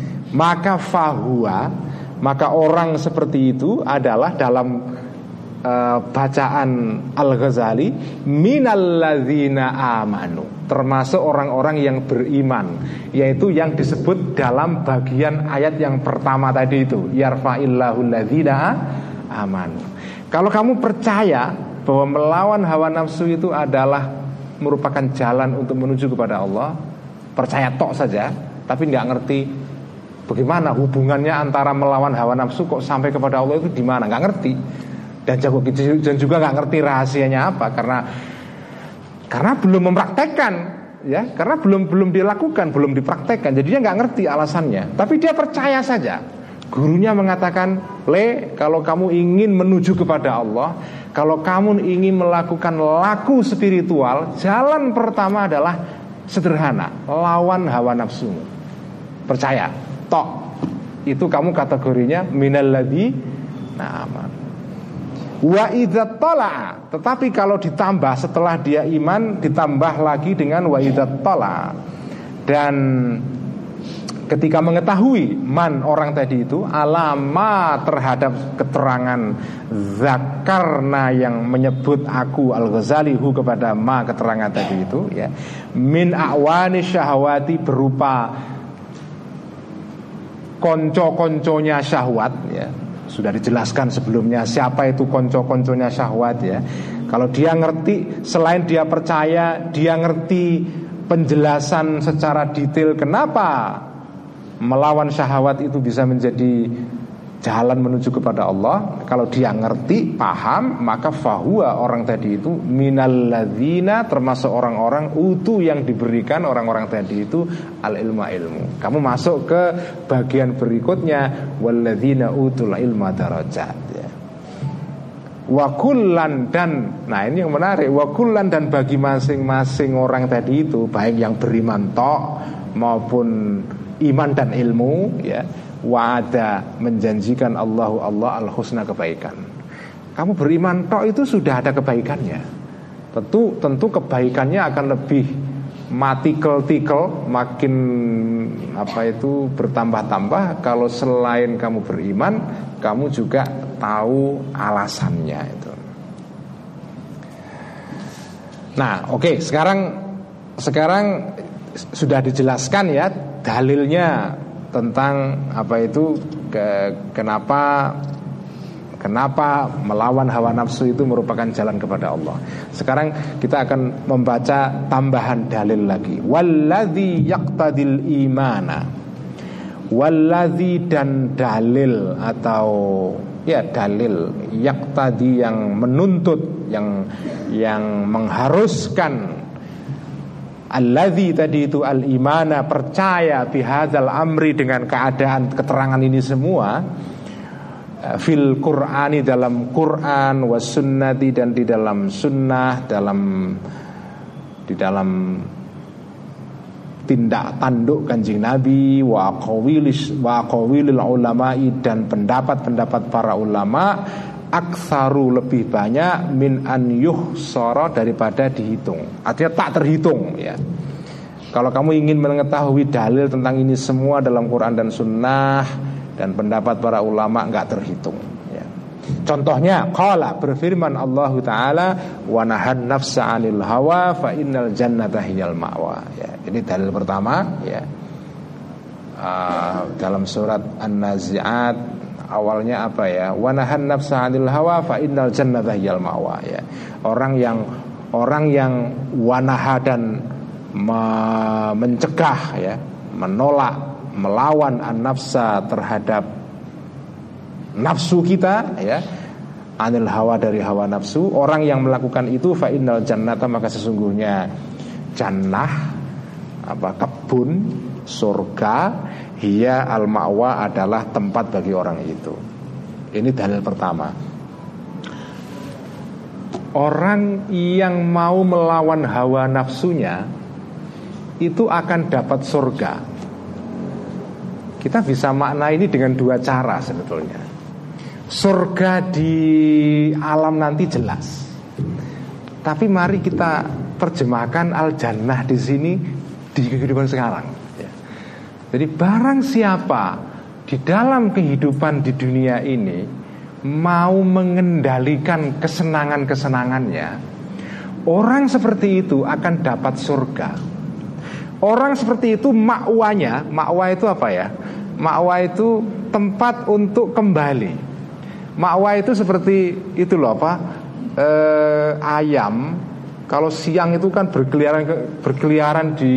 Maka orang seperti itu adalah dalam bacaan Al-Ghazali minalladzina amanu, termasuk orang-orang yang beriman, yaitu yang disebut dalam bagian ayat yang pertama tadi itu, yarfa'illahu alladzina amanu. Kalau kamu percaya bahwa melawan hawa nafsu itu adalah merupakan jalan untuk menuju kepada Allah, percaya tok saja, tapi nggak ngerti bagaimana hubungannya antara melawan hawa nafsu kok sampai kepada Allah itu di mana, nggak ngerti. Dan juga nggak ngerti rahasianya apa, karena belum mempraktekkan ya, karena belum dilakukan, belum dipraktekkan, jadi dia nggak ngerti alasannya. Tapi dia percaya saja. Gurunya mengatakan, kalau kamu ingin menuju kepada Allah, kalau kamu ingin melakukan laku spiritual, jalan pertama adalah sederhana, lawan hawa nafsumu. Percaya, tok. Itu kamu kategorinya minalladzina amanu. Wa idza tala'a, tetapi kalau ditambah setelah dia iman, ditambah lagi dengan wa idza tala'a. Dan ketika mengetahui man orang tadi itu alama terhadap keterangan zakarna yang menyebut aku Al-Ghazali kepada ma keterangan tadi itu ya, min a'wani syahwati, berupa konco-konconya syahwat ya. Sudah dijelaskan sebelumnya siapa itu konco-konconya syahwat ya. Kalau dia ngerti, selain dia percaya, dia ngerti penjelasan secara detail kenapa melawan syahwat itu bisa menjadi jalan menuju kepada Allah. Kalau dia ngerti, paham, maka fahuwa, orang tadi itu minalladzina, termasuk orang-orang utu yang diberikan orang-orang tadi itu al-ilma, ilmu. Kamu masuk ke bagian berikutnya, walladzina utul ilma darajat ya. Wa kullan, dan nah ini yang menarik, wa kullan, dan bagi masing-masing orang tadi itu, baik yang beriman tok maupun iman dan ilmu ya, wa'ada, menjanjikan Allah al-husna, kebaikan. Kamu beriman tok itu sudah ada kebaikannya. Tentu kebaikannya akan lebih matikel-tikel, makin bertambah-tambah kalau selain kamu beriman, kamu juga tahu alasannya itu. Nah, oke, sekarang sudah dijelaskan ya dalilnya tentang kenapa melawan hawa nafsu itu merupakan jalan kepada Allah. Sekarang kita akan membaca tambahan dalil lagi. Walladzi yaqtadil imana. Walladzi, dan dalil atau ya dalil yaqtadi, yang menuntut, yang mengharuskan, alladzi tadi itu al-imana, percaya, bihadzal amri, dengan keadaan keterangan ini semua, fil Qur'ani, dalam Qur'an, was sunnati, dan di dalam sunnah, di dalam tindak tanduk Kanjeng Nabi, wa aqwilil ulama'i, dan pendapat-pendapat para ulama, aktsaru, lebih banyak, min an yuhsara, daripada dihitung. Artinya tak terhitung ya. Kalau kamu ingin mengetahui dalil tentang ini semua dalam Quran dan Sunnah dan pendapat para ulama, enggak terhitung ya. Contohnya, qala, berfirman Allah Ta'ala, wa nahan nafsa 'anil hawa fa innal jannata hiyal ma'wa ya. Ini dalil pertama ya. Dalam surat An-Nazi'at awalnya apa ya? Wa nahan nafsa 'anil hawa fa innal jannata hiyal ma'wa ya. Orang yang wanaha, dan mencegah ya, menolak, melawan an-nafsa, terhadap nafsu kita ya, anil hawa, dari hawa nafsu. Orang yang melakukan itu, fa innal jannata, maka sesungguhnya jannah, kebun surga, hiya al-ma'wa, adalah tempat bagi orang itu. Ini dalil pertama. orang yang mau melawan hawa nafsunya itu akan dapat surga. Kita bisa makna ini dengan dua cara sebetulnya. Surga di alam nanti jelas, tapi mari kita terjemahkan al-jannah di sini di kehidupan sekarang. Jadi barang siapa di dalam kehidupan di dunia ini mau mengendalikan kesenangan-kesenangannya, orang seperti itu akan dapat surga. Orang seperti itu makwanya, makwa itu apa ya? Makwa itu tempat untuk kembali. Makwa itu seperti itu loh apa? Ayam kalau siang itu kan berkeliaran di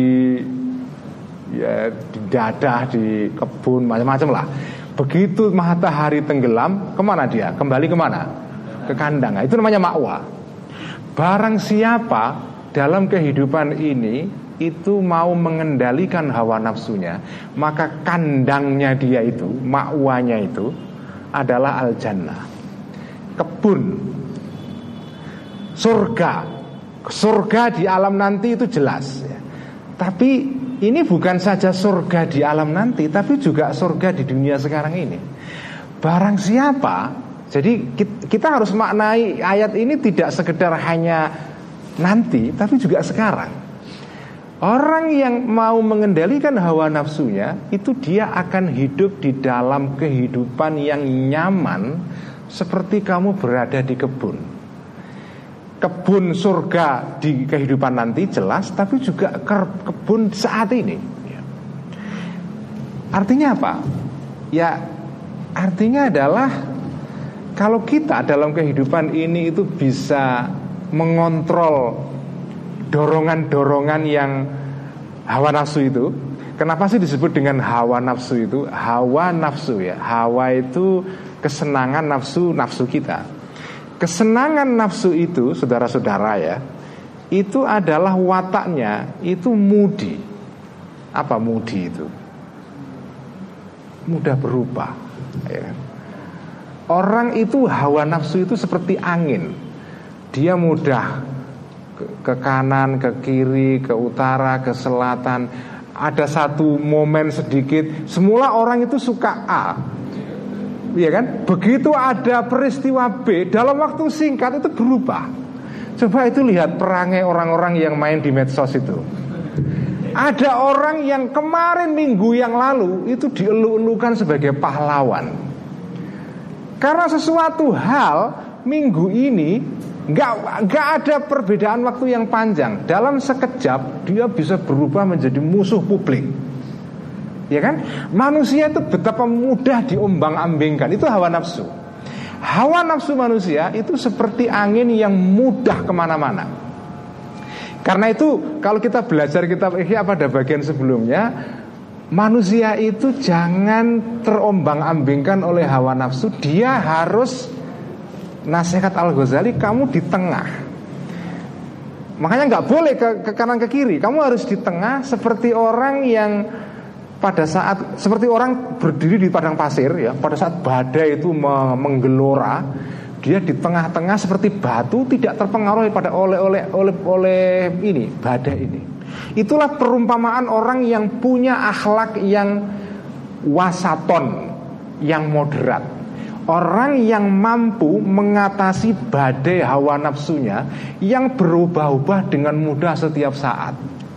dadah, di kebun, macam-macam lah. Begitu matahari tenggelam, kemana dia? Kembali kemana? Ke kandang. Itu namanya makwa. Barang siapa dalam kehidupan ini itu mau mengendalikan hawa nafsunya, maka kandangnya dia itu, makwanya itu adalah al-jannah, kebun, surga. Surga di alam nanti itu jelas ya. Tapi ini bukan saja surga di alam nanti, tapi juga surga di dunia sekarang ini. Barang siapa, jadi kita harus maknai ayat ini tidak sekedar hanya nanti, tapi juga sekarang. Orang yang mau mengendalikan hawa nafsunya, itu dia akan hidup di dalam kehidupan yang nyaman, seperti kamu berada di kebun. Kebun surga di kehidupan nanti jelas, tapi juga kebun saat ini. Artinya apa? Ya, artinya adalah kalau kita dalam kehidupan ini itu bisa mengontrol dorongan-dorongan yang hawa nafsu itu. Kenapa sih disebut dengan hawa nafsu itu? Hawa nafsu ya, hawa itu kesenangan nafsu kita. Kesenangan nafsu itu, saudara-saudara ya, itu adalah wataknya, itu mudi. Apa mudi itu? Mudah berubah ya. Orang itu hawa nafsu itu seperti angin. Dia mudah ke kanan, ke kiri, ke utara, ke selatan. Ada satu momen sedikit, semula orang itu suka A, ya kan? Begitu ada peristiwa B, dalam waktu singkat itu berubah. Coba itu lihat perangai orang-orang yang main di medsos itu. Ada orang yang kemarin minggu yang lalu itu dielu-elukan sebagai pahlawan, karena sesuatu hal minggu ini Gak ada perbedaan waktu yang panjang. Dalam sekejap dia bisa berubah menjadi musuh publik. Ya kan? Manusia itu betapa mudah diombang-ambingkan. Itu hawa nafsu. Hawa nafsu manusia itu seperti angin yang mudah kemana-mana. Karena itu kalau kita belajar kitab Ihya pada bagian sebelumnya, manusia itu jangan terombang-ambingkan oleh hawa nafsu. Dia harus, nasihat Al-Ghazali, kamu di tengah. Makanya nggak boleh ke kanan ke kiri. Kamu harus di tengah, seperti orang yang pada saat, seperti orang berdiri di padang pasir ya, pada saat badai itu menggelora, dia di tengah-tengah seperti batu, tidak terpengaruh oleh ini badai ini. Itulah perumpamaan orang yang punya akhlak yang wasaton, yang moderat. Orang yang mampu mengatasi badai hawa nafsunya yang berubah-ubah dengan mudah setiap saat.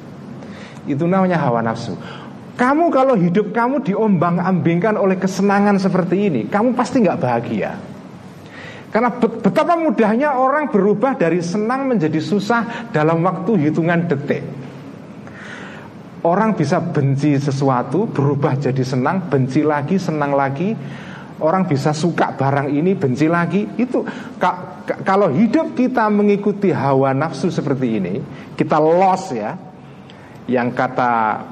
Itu namanya hawa nafsu. Kamu kalau hidup kamu diombang-ambingkan oleh kesenangan seperti ini, kamu pasti gak bahagia. Karena betapa mudahnya orang berubah dari senang menjadi susah dalam waktu hitungan detik. Orang bisa benci sesuatu, berubah jadi senang, benci lagi, senang lagi. Orang bisa suka barang ini, benci lagi. Itu kalau hidup kita mengikuti hawa nafsu seperti ini, kita lost ya. Yang kata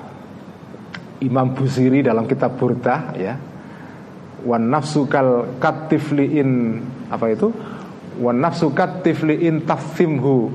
Imam Busiri dalam kitab Burdah ya, wan nafsu kal katifliin, apa itu? Wan nafsu katifliin tafhimhu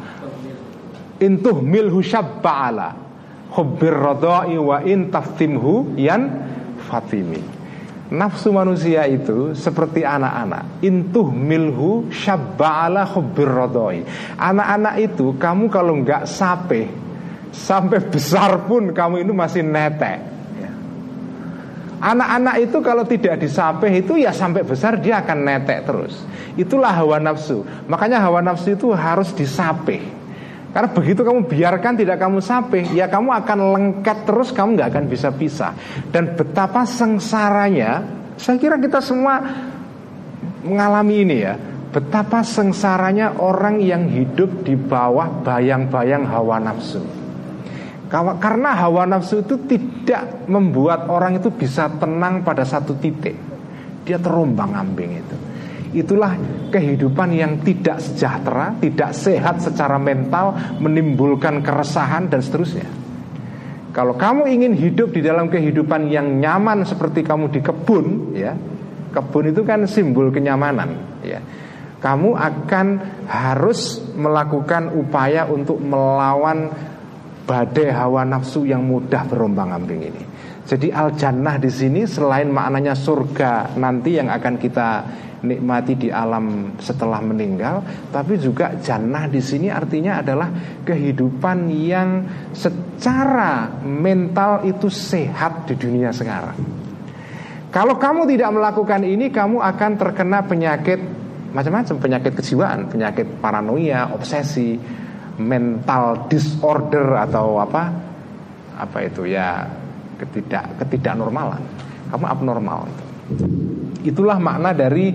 intuh milhu syabba'ala hubbir radha'i wa in tafhimhu yan fatimi. nafsu manusia itu seperti anak-anak. Intuh milhu syabba'ala hubbir rodoi. Anak-anak itu kamu kalau nggak sapeh, sampai besar pun kamu itu masih netek ya. Anak-anak itu kalau tidak disapeh itu ya sampai besar dia akan netek terus. Itulah hawa nafsu. Makanya hawa nafsu itu harus disapeh. Karena begitu kamu biarkan tidak kamu sapeh, ya kamu akan lengket terus, kamu nggak akan bisa pisah. Dan betapa sengsaranya, saya kira kita semua mengalami ini ya. Betapa sengsaranya orang yang hidup di bawah bayang-bayang hawa nafsu. Karena hawa nafsu itu tidak membuat orang itu bisa tenang pada satu titik. Dia terombang-ambing itu. Itulah kehidupan yang tidak sejahtera, tidak sehat secara mental, menimbulkan keresahan dan seterusnya. Kalau kamu ingin hidup di dalam kehidupan yang nyaman seperti kamu di kebun ya, kebun itu kan simbol kenyamanan ya. Kamu akan harus melakukan upaya untuk melawan badai hawa nafsu yang mudah berombang-ambing ini. Jadi al-jannah di sini selain maknanya surga nanti yang akan kita nikmati di alam setelah meninggal, tapi juga jannah di sini artinya adalah kehidupan yang secara mental itu sehat di dunia sekarang. Kalau kamu tidak melakukan ini, kamu akan terkena penyakit macam-macam, penyakit kejiwaan, penyakit paranoia, obsesi, mental disorder atau apa itu ya, ketidaknormalan. Kamu abnormal itu. Itulah makna dari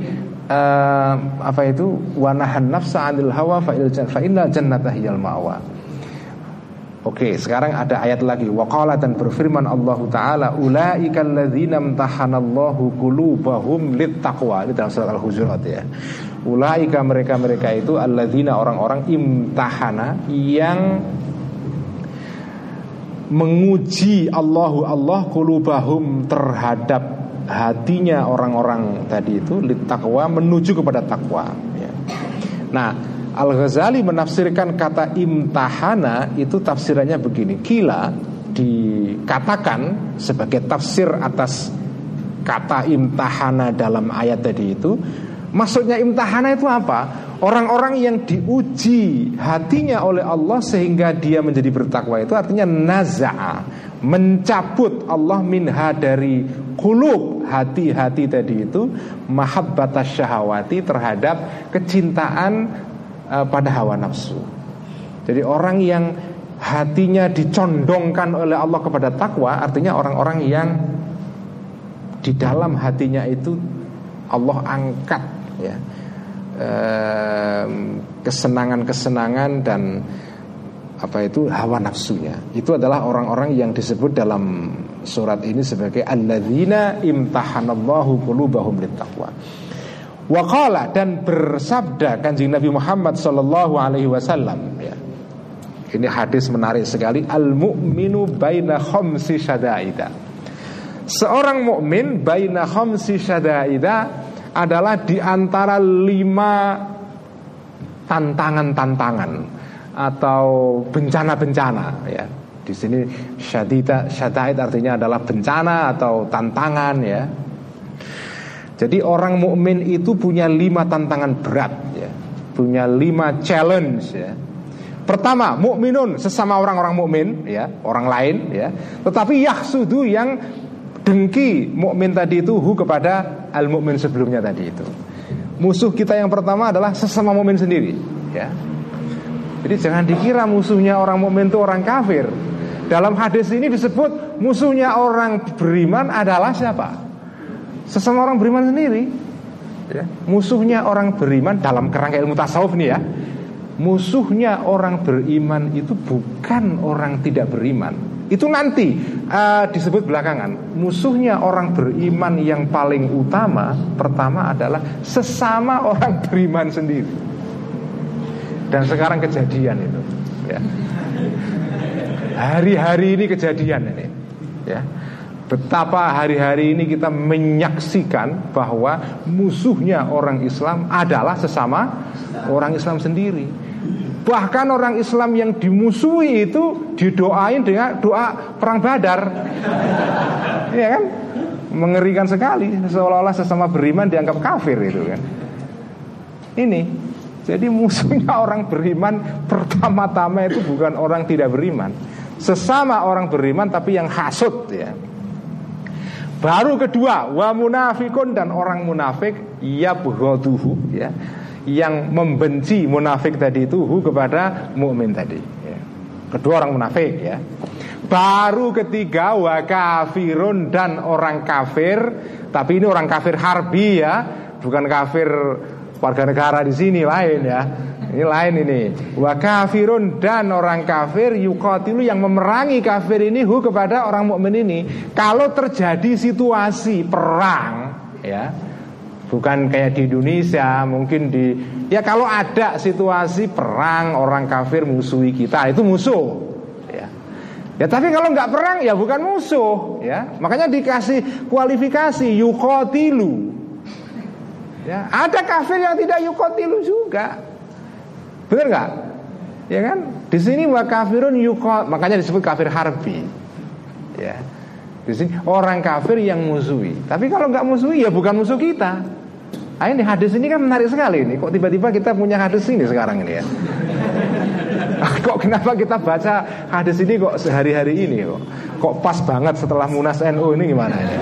wanahan nafsa 'anil hawa fa innal jannata hiyal ma'wa. Oke, sekarang ada ayat lagi. Waqala, dan berfirman Allah Ta'ala, ulaikal ladzina imtahanallahu qulubahum littaqwa. Ini dalam surat Al-Hujurat ya. Ulaika, mereka itu alladzina, orang-orang imtahana, yang menguji Allah qulubahum, terhadap hatinya orang-orang tadi itu, littaqwa, menuju kepada takwa ya. Nah, Al-Ghazali menafsirkan kata imtahana itu tafsirannya begini. Kila, dikatakan sebagai tafsir atas kata imtahana dalam ayat tadi itu, maksudnya imtahana itu apa? Orang-orang yang diuji hatinya oleh Allah sehingga dia menjadi bertakwa, itu artinya naza'a, mencabut Allah minha, dari qulub, hati-hati tadi itu, mahabbatas syahawati, terhadap kecintaan pada hawa nafsu. Jadi orang yang hatinya dicondongkan oleh Allah kepada takwa, artinya orang-orang yang di dalam hatinya itu Allah angkat ya, kesenangan-kesenangan dan hawa nafsunya. Itu adalah orang-orang yang disebut dalam surat ini sebagai alladzina imtahanallahu qulubahum littaqwa. Wa qala, dan bersabda Kanjeng Nabi Muhammad sallallahu alaihi wasallam ya. Ini hadis menarik sekali. Al-mu'minu baina khamsi syada'ida. Seorang mukmin baina khamsi syada'ida adalah di antara 5 tantangan-tantangan atau bencana-bencana ya. Di sini syada'id artinya adalah bencana atau tantangan ya. Jadi orang mukmin itu punya 5 tantangan berat ya. Punya 5 challenge ya. Pertama, mukminun, sesama orang-orang mukmin ya, orang lain ya. Tetapi yahsudu, yang dengki mukmin tadi itu kepada al-mukmin sebelumnya tadi itu. Musuh kita yang pertama adalah sesama mukmin sendiri ya. Jadi jangan dikira musuhnya orang mukmin itu orang kafir. Dalam hadis ini disebut musuhnya orang beriman adalah siapa? Sesama orang beriman sendiri ya. Musuhnya orang beriman dalam kerangka ilmu tasawuf nih ya. Musuhnya orang beriman itu bukan orang tidak beriman. Itu nanti disebut belakangan. Musuhnya orang beriman yang paling utama, pertama adalah sesama orang beriman sendiri. Dan sekarang kejadian itu ya. Hari-hari ini kejadian ini ya. Betapa hari-hari ini kita menyaksikan bahwa musuhnya orang Islam adalah sesama orang Islam sendiri. Bahkan orang Islam yang dimusuhi itu didoain dengan doa perang Badar. Iya kan? Mengerikan sekali, seolah-olah sesama beriman dianggap kafir itu kan. Ini, jadi musuhnya orang beriman pertama-tama itu bukan orang tidak beriman, sesama orang beriman tapi yang hasud ya. Baru kedua, wa munafikun, dan orang munafik yabghaduhu ya, yang membenci munafik tadi itu kepada mukmin tadi ya. Kedua orang munafik ya. Baru ketiga, wa kafirun, dan orang kafir, tapi ini orang kafir harbi ya, bukan kafir warga negara di sini, lain ya. Ini lain ini. Wa kafirun, dan orang kafir yuqatilu, yang memerangi kafir ini kepada orang mukmin ini. Kalau terjadi situasi perang ya, bukan kayak di Indonesia, mungkin ya kalau ada situasi perang, orang kafir musuhi kita, itu musuh. Ya tapi kalau nggak perang ya bukan musuh ya. Makanya dikasih kualifikasi yuqatilu. Ya, ada kafir yang tidak yuqatilu juga. Benar nggak? Ya kan? Di sini wa kafirun yuqat, makanya disebut kafir harbi. Ya. Di sini orang kafir yang musuhi. Tapi kalau nggak musuhi ya bukan musuh kita. Ah, ini hadis ini kan menarik sekali ini. Kok tiba-tiba kita punya hadis ini sekarang ini ya? Kok kenapa kita baca hadis ini kok sehari-hari ini kok? Kok pas banget setelah Munas NU ini gimana ini?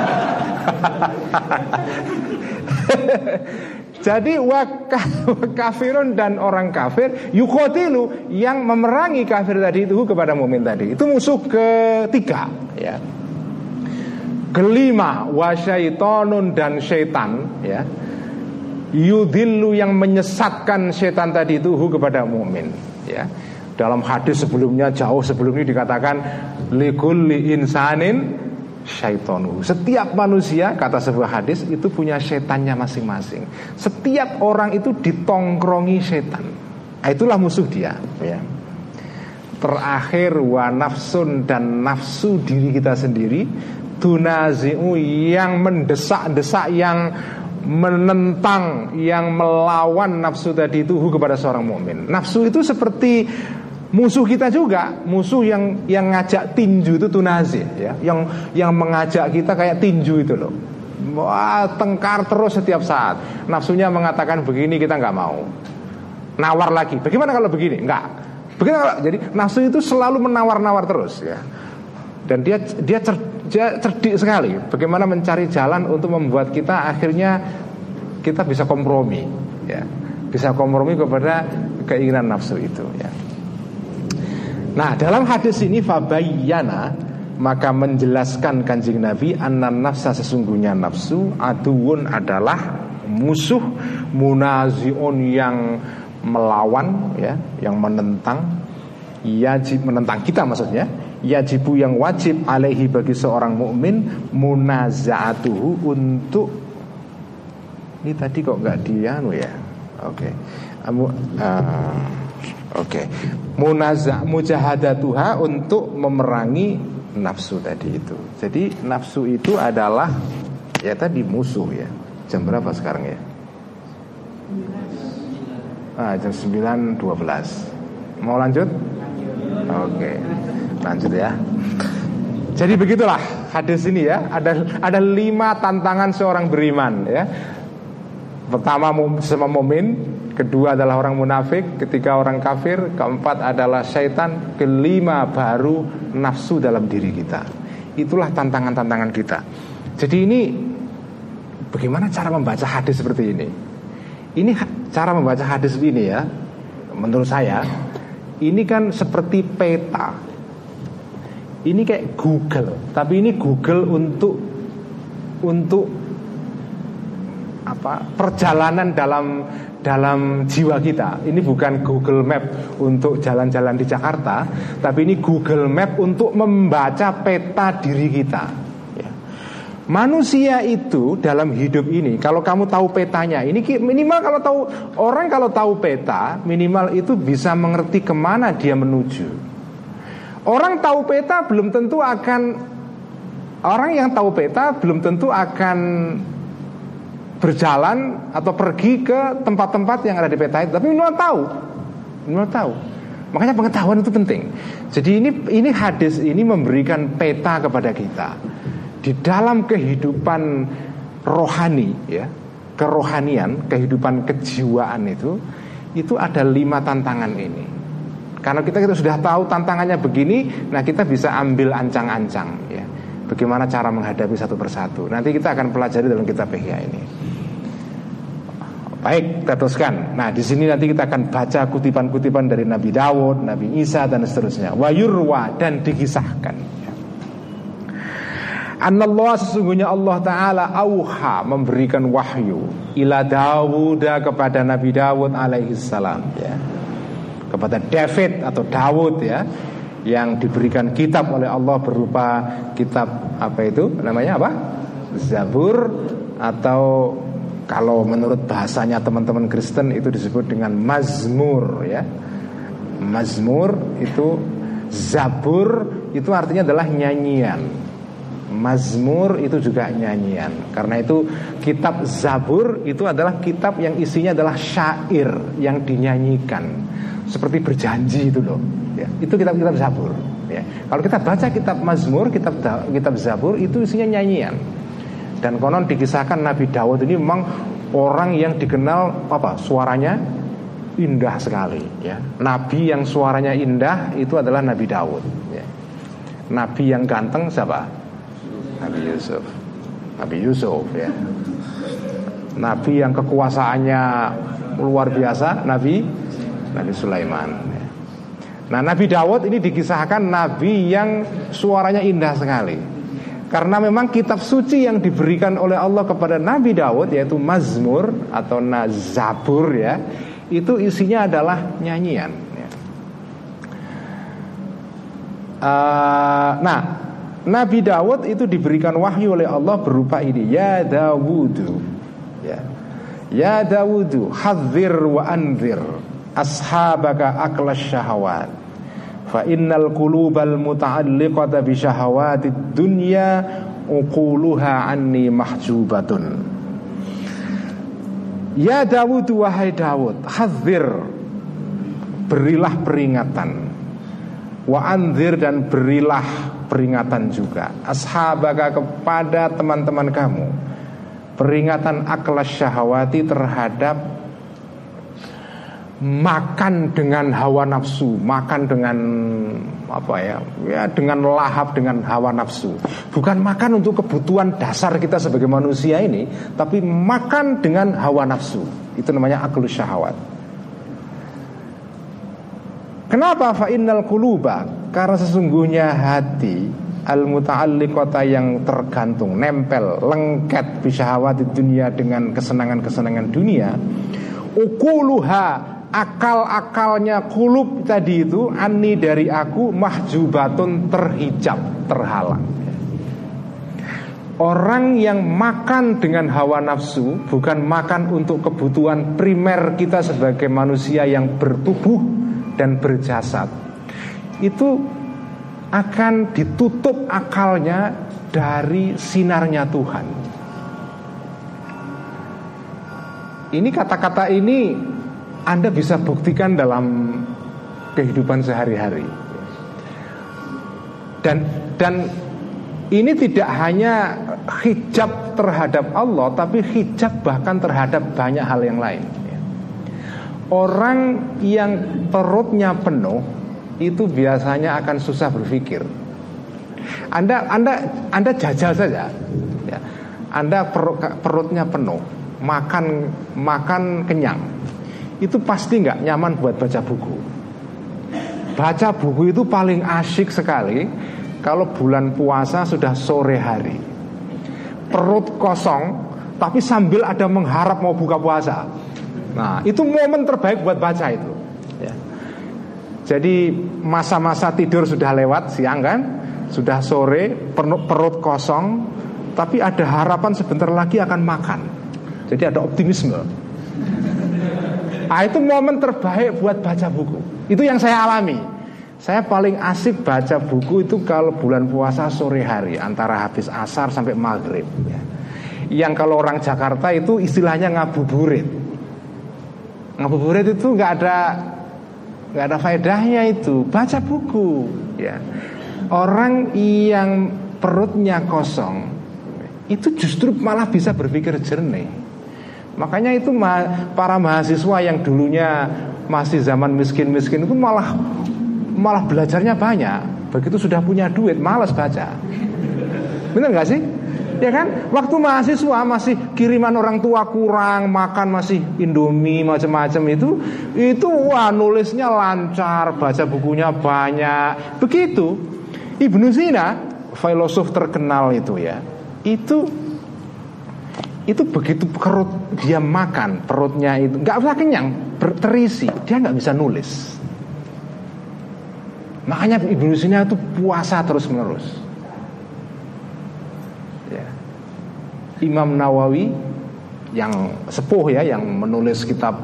Jadi kafirun, dan orang kafir yuqatilu, yang memerangi kafir tadi itu kepada mukmin tadi. Itu musuh ketiga ya. Kelima, wasyaitonun, dan syaitan ya, yudhillu, yang menyesatkan syaitan tadi itu kepada mukmin ya. Dalam hadis sebelumnya, jauh sebelum ini dikatakan likulli insanin syaitonu. Setiap manusia, kata sebuah hadis, itu punya syaitannya masing-masing. Setiap orang itu ditongkrongi syaitan. Itulah musuh dia ya. Terakhir, wa nafsun, dan nafsu diri kita sendiri, tunazi'u, yang mendesak-desak, yang menentang, yang melawan nafsu tadi itu kepada seorang mukmin. Nafsu itu seperti musuh kita juga, musuh yang ngajak tinju itu tunazi ya, yang mengajak kita kayak tinju itu loh. Wah, tengkar terus setiap saat. Nafsunya mengatakan begini, kita nggak mau. Nawar lagi, bagaimana kalau begini? Enggak. Bagaimana? Jadi nafsu itu selalu menawar-nawar terus ya. Dan dia cerdik sekali bagaimana mencari jalan untuk membuat kita akhirnya kita bisa kompromi ya, bisa kompromi kepada keinginan nafsu itu ya. Nah, dalam hadis ini fabayyana, maka menjelaskan Kanjeng Nabi, annan nafsa, sesungguhnya nafsu, aduun, adalah musuh, munaziun, yang melawan ya, yang menentang, yajib, menentang kita maksudnya, yajibu, yang wajib, alaihi, bagi seorang mukmin, munazaatuhu, untuk, ini tadi kok nggak dianu ya, oke. Oke, mujahadatuha, untuk memerangi nafsu tadi itu. Jadi nafsu itu adalah ya tadi musuh ya. Jam berapa sekarang ya? Jam 9.12. Mau lanjut? Oke, lanjut ya. Jadi begitulah hadis ini ya. Ada 5 tantangan seorang beriman ya. Pertama sama mumin, kedua adalah orang munafik, ketiga orang kafir, keempat adalah syaitan, kelima baru nafsu dalam diri kita. Itulah tantangan-tantangan kita. Jadi ini bagaimana cara membaca hadis seperti ini? Ini cara membaca hadis ini ya, menurut saya ini kan seperti peta. Ini kayak Google, tapi ini Google untuk perjalanan dalam jiwa kita. Ini bukan Google Map untuk jalan-jalan di Jakarta, tapi ini Google Map untuk membaca peta diri kita ya. Manusia itu dalam hidup ini, kalau kamu tahu petanya, ini minimal kalau tahu peta, minimal itu bisa mengerti kemana dia menuju. Orang yang tahu peta belum tentu akan berjalan atau pergi ke tempat-tempat yang ada di peta itu, tapi minimal tahu. Makanya pengetahuan itu penting. Jadi ini hadis ini memberikan peta kepada kita. di dalam kehidupan rohani, ya, kerohanian, kehidupan kejiwaan itu ada 5 tantangan ini. Karena kita sudah tahu tantangannya begini, nah kita bisa ambil ancang-ancang, ya, bagaimana cara menghadapi satu persatu. Nanti kita akan pelajari dalam kitab Ihya ini. Baik, kita teruskan. Nah, di sini nanti kita akan baca kutipan-kutipan dari Nabi Daud, Nabi Isa dan seterusnya. Wa yurwa, dan dikisahkan. Anallah, sesungguhnya Allah Ta'ala auha, memberikan wahyu ila Dawud, kepada Nabi Daud alaihissalam, ya, kepada David atau Daud, ya, yang diberikan kitab oleh Allah berupa kitab apa itu namanya apa? Zabur, atau kalau menurut bahasanya teman-teman Kristen itu disebut dengan Mazmur, ya. Mazmur itu, Zabur itu artinya adalah nyanyian. Mazmur itu juga nyanyian. Karena itu kitab Zabur itu adalah kitab yang isinya adalah syair yang dinyanyikan, seperti berjanji itu loh, ya. Itu kitab-kitab Zabur, ya. Kalau kita baca kitab Mazmur, kitab Zabur itu isinya nyanyian. Dan konon dikisahkan Nabi Daud ini memang orang yang dikenal apa? Suaranya indah sekali, ya. Nabi yang suaranya indah itu adalah Nabi Daud, ya. Nabi yang ganteng siapa? Nabi Yusuf. Nabi Yusuf, ya. Nabi yang kekuasaannya luar biasa, Nabi Sulaiman, ya. Nah, Nabi Daud ini dikisahkan Nabi yang suaranya indah sekali. Karena memang kitab suci yang diberikan oleh Allah kepada Nabi Daud, yaitu Mazmur atau Zabur, ya, itu isinya adalah nyanyian, ya. Nah, Nabi Daud itu diberikan wahyu oleh Allah berupa ini, ya Dawudu, ya, ya Dawudu, hadzir wa anzir ashabaka aklas syahawat, fa innal qulubal muta'alliqata bi syahawatid dunya uquluha anni mahjubatun. Ya Dawud, wahai Dawud, hadzir, berilah peringatan, wa anzir, dan berilah peringatan juga, ashabaka, kepada teman-teman kamu, peringatan aklas syahwati, terhadap makan dengan hawa nafsu, makan dengan apa ya, dengan lahap, dengan hawa nafsu. Bukan makan untuk kebutuhan dasar kita sebagai manusia ini, tapi makan dengan hawa nafsu. Itu namanya aklus syahwat. Kenapa? Fa innal quluba, karena sesungguhnya hati al-muta'alliqata, yang tergantung, nempel, lengket bisyahawatid dunia, dengan kesenangan-kesenangan dunia, uquluha, akal-akalnya kulub tadi itu, anni, dari aku, mahjubatun, terhijab, terhalang. Orang yang makan dengan hawa nafsu, bukan makan untuk kebutuhan primer kita sebagai manusia yang bertubuh dan berjasad, itu akan ditutup akalnya dari sinarnya Tuhan. Ini kata-kata ini Anda bisa buktikan dalam kehidupan sehari-hari. Dan ini tidak hanya hijab terhadap Allah, tapi hijab bahkan terhadap banyak hal yang lain. Orang yang perutnya penuh itu biasanya akan susah berpikir. Anda jajal saja, ya. Anda perutnya penuh, makan kenyang, itu pasti nggak nyaman buat baca buku. Baca buku itu paling asyik sekali kalau bulan puasa sudah sore hari, perut kosong tapi sambil ada mengharap mau buka puasa. Nah, itu momen terbaik buat baca itu, ya. Jadi masa-masa tidur sudah lewat, siang kan, sudah sore, perut kosong, tapi ada harapan sebentar lagi akan makan. Jadi ada optimisme. Nah, itu momen terbaik buat baca buku. Itu yang saya alami. Saya paling asik baca buku itu kalau bulan puasa sore hari, antara habis asar sampai maghrib, ya. Yang kalau orang Jakarta itu istilahnya ngabuburit. Ngabuburit itu nggak ada faedahnya, itu baca buku, ya. Orang yang perutnya kosong, itu justru malah bisa berpikir jernih. Makanya itu para mahasiswa yang dulunya masih zaman miskin-miskin itu malah belajarnya banyak. Begitu sudah punya duit malas baca. Benar gak sih? Ya kan? Waktu mahasiswa masih kiriman orang tua kurang, makan masih Indomie macam-macam itu wah nulisnya lancar, baca bukunya banyak. Begitu Ibnu Sina, filosof terkenal itu ya, itu begitu dia makan, perutnya itu nggak usah kenyang, terisi, dia nggak bisa nulis. Makanya Ibnu Sina itu puasa terus menerus. Ya. Imam Nawawi yang sepuh ya, yang menulis kitab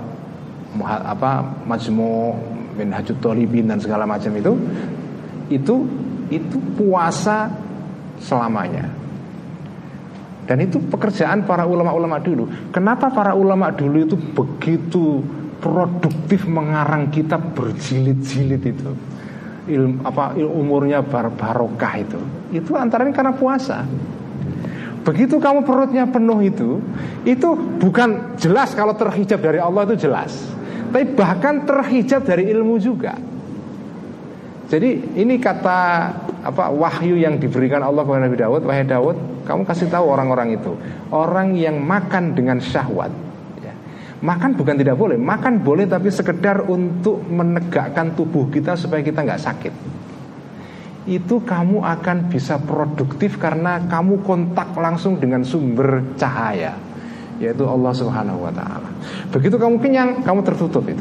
Majmu' Minhajut Thalibin dan segala macam itu puasa selamanya. Dan itu pekerjaan para ulama-ulama dulu. Kenapa para ulama dulu itu begitu produktif mengarang kitab berjilid-jilid itu? Umurnya barokah itu antara karena puasa. Begitu kamu perutnya penuh itu bukan jelas kalau terhijab dari Allah itu jelas, tapi bahkan terhijab dari ilmu juga. Jadi ini kata wahyu yang diberikan Allah kepada Nabi Daud, wahai Daud, kamu kasih tahu orang-orang itu, orang yang makan dengan syahwat. Ya. Makan bukan tidak boleh, makan boleh tapi sekedar untuk menegakkan tubuh kita supaya kita nggak sakit. Itu kamu akan bisa produktif karena kamu kontak langsung dengan sumber cahaya, yaitu Allah Subhanahu wa ta'ala. Begitu kamu kenyang, kamu tertutup itu.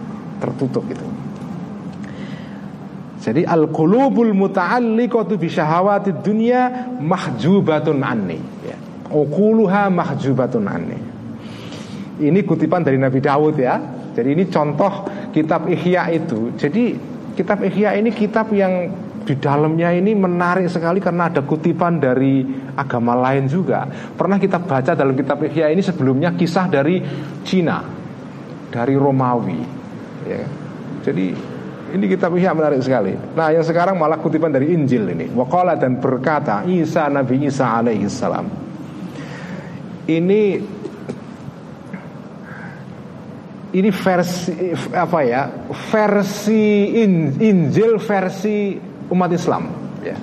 Jadi al-qulubul muta'alliqatu bi syahawatid dunya mahjubatun anni ya. Uquluha mahjubatun anni. Ini kutipan dari Nabi Daud ya. Jadi ini contoh kitab Ihya itu. Jadi kitab Ihya ini kitab yang di dalamnya ini menarik sekali karena ada kutipan dari agama lain juga. Pernah kita baca dalam kitab Ihya ini sebelumnya kisah dari Cina, dari Romawi ya. Jadi ini kitab Ihya menarik sekali. Nah yang sekarang malah kutipan dari Injil ini. Waqala, dan berkata Nabi Isa alaihi salam. Ini versi versi Injil versi umat Islam ya.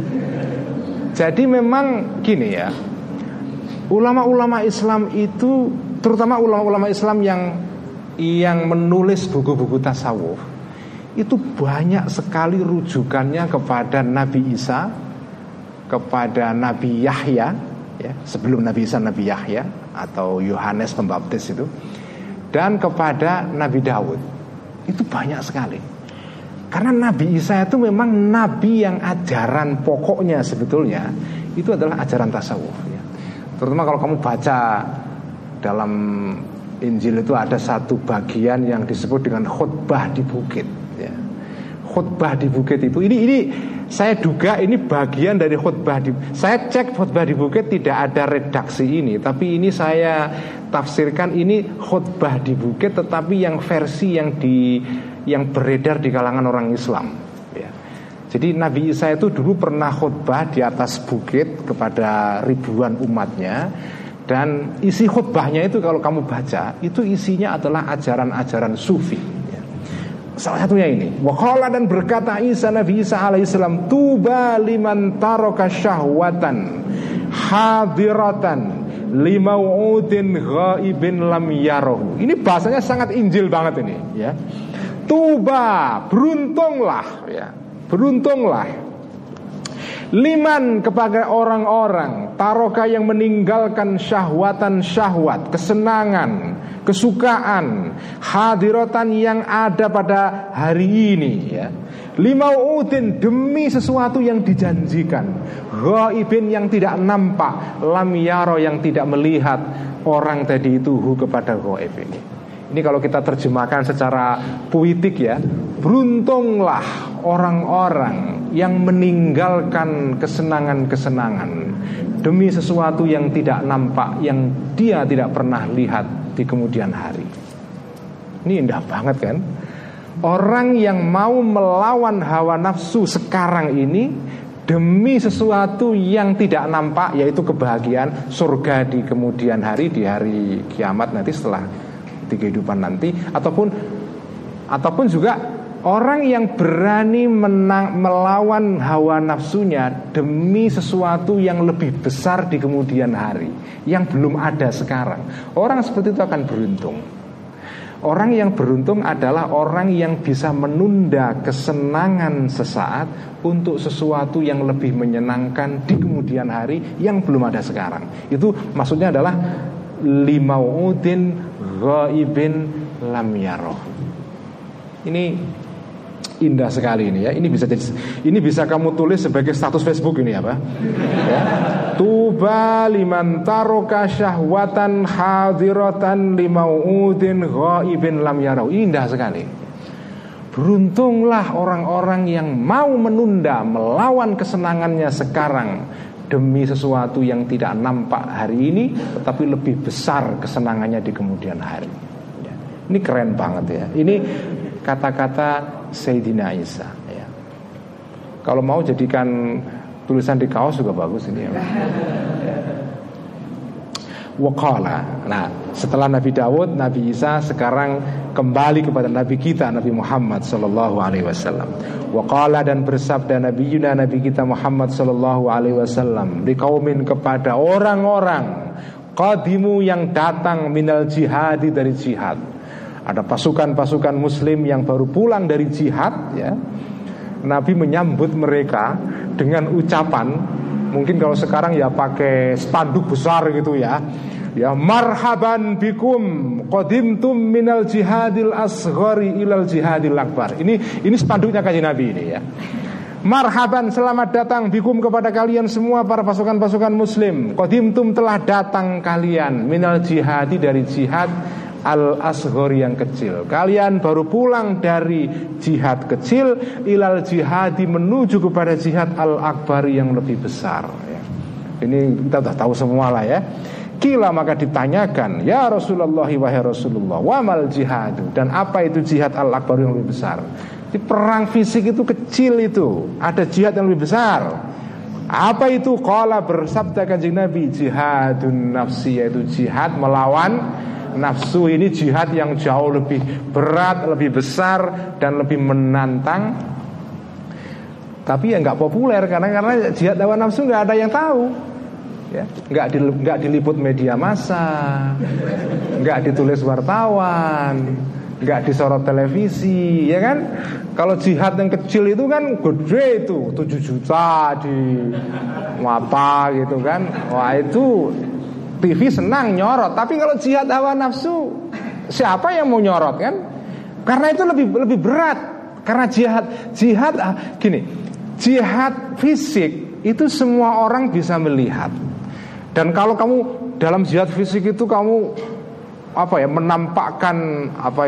Jadi memang gini ya, ulama-ulama Islam itu, terutama ulama-ulama Islam yang menulis buku-buku tasawuf, itu banyak sekali rujukannya kepada Nabi Isa, kepada Nabi Yahya ya, sebelum Nabi Isa Nabi Yahya atau Yohanes Pembaptis itu, dan kepada Nabi Daud. Itu banyak sekali. Karena Nabi Isa itu memang nabi yang ajaran pokoknya sebetulnya itu adalah ajaran tasawuf ya. Terutama kalau kamu baca dalam Injil itu ada satu bagian yang disebut dengan khutbah di bukit ya. Khutbah di bukit itu ini saya duga ini bagian dari khutbah saya cek khutbah di bukit tidak ada redaksi ini, tapi ini saya tafsirkan ini khutbah di bukit tetapi yang versi yang beredar di kalangan orang Islam ya. Jadi Nabi Isa itu dulu pernah khutbah di atas bukit kepada ribuan umatnya. Dan isi khutbahnya itu kalau kamu baca, itu isinya adalah ajaran-ajaran sufi ya. Salah satunya ini, waqala, dan berkata Nabi Isa alaihissalam, tuba liman taraka syahwatan hadiratan limau'udin ghaibin lam yarahu. Ini bahasanya sangat Injil banget ini ya. Tuba, beruntunglah ya, beruntunglah liman, kepada orang-orang taroka yang meninggalkan syahwat, kesenangan, kesukaan, hadiratan yang ada pada hari ini ya. Limau'udin, demi sesuatu yang dijanjikan, ghaibin, yang tidak nampak, lam yaro, yang tidak melihat orang tadi itu kepada ghaib ini. Ini kalau kita terjemahkan secara puitik ya, beruntunglah orang-orang yang meninggalkan kesenangan-kesenangan demi sesuatu yang tidak nampak, yang dia tidak pernah lihat di kemudian hari. Ini indah banget kan? Orang yang mau melawan hawa nafsu sekarang ini demi sesuatu yang tidak nampak, yaitu kebahagiaan surga di kemudian hari, di hari kiamat nanti, setelah di kehidupan nanti. Ataupun juga orang yang berani melawan hawa nafsunya demi sesuatu yang lebih besar di kemudian hari, yang belum ada sekarang. Orang seperti itu akan beruntung. Orang yang beruntung adalah orang yang bisa menunda kesenangan sesaat untuk sesuatu yang lebih menyenangkan di kemudian hari yang belum ada sekarang. Itu maksudnya adalah limau'udin ghaibin lam yaroh. Ini indah sekali ini ya. Ini bisa kamu tulis sebagai status Facebook ini apa? Ya. Tuba liman taroka syahwatan hadiratan limau'udin ghaibin lam yarau. Indah sekali. Beruntunglah orang-orang yang mau menunda, melawan kesenangannya sekarang demi sesuatu yang tidak nampak hari ini, tetapi lebih besar kesenangannya di kemudian hari. Ya. Ini keren banget ya. Ini kata-kata Sayyidina Isa ya. Kalau mau jadikan tulisan di kaos juga bagus ini ya. Waqala. Nah, setelah Nabi Daud, Nabi Isa sekarang kembali kepada Nabi kita, Nabi Muhammad sallallahu alaihi wasallam. Waqala, dan bersabda Nabi kita Muhammad sallallahu alaihi wasallam di kaumin, kepada orang-orang qadimu yang datang minal jihadi, dari jihad. Ada pasukan-pasukan muslim yang baru pulang dari jihad ya. Nabi menyambut mereka dengan ucapan, mungkin kalau sekarang ya pakai spanduk besar gitu ya. Ya, marhaban bikum qadimtum minal jihadil asghari ilal jihadil akbar. Ini spanduknya Kanjeng Nabi ini ya. Marhaban, selamat datang bikum, kepada kalian semua para pasukan-pasukan muslim. Qadimtum, telah datang kalian, minal jihadi, dari jihad al-asghari, yang kecil. Kalian baru pulang dari jihad kecil ilal jihadi, menuju kepada jihad al-akbari, yang lebih besar ya. Ini kita sudah tahu semua lah ya. Kila, maka ditanyakan, ya Rasulullah, wahai Rasulullah, wamal jihadu, dan apa itu jihad al-akbari, yang lebih besar? Di perang fisik itu kecil, itu ada jihad yang lebih besar. Apa itu? Qala, bersabda Kanjeng Nabi, jihadun nafsi, yaitu jihad melawan nafsu. Ini jihad yang jauh lebih berat, lebih besar, dan lebih menantang. Tapi ya nggak populer, karena jihad lawan nafsu nggak ada yang tahu ya. Nggak diliput media massa, nggak ditulis wartawan, nggak disorot televisi ya kan. Kalau jihad yang kecil itu kan gede, itu 7 juta di apa gitu kan. Wah, itu TV senang nyorot. Tapi kalau jihad hawa nafsu, siapa yang mau nyorot kan? Karena itu lebih berat. Karena jihad gini, jihad fisik itu semua orang bisa melihat. Dan kalau kamu dalam jihad fisik itu kamu menampakkan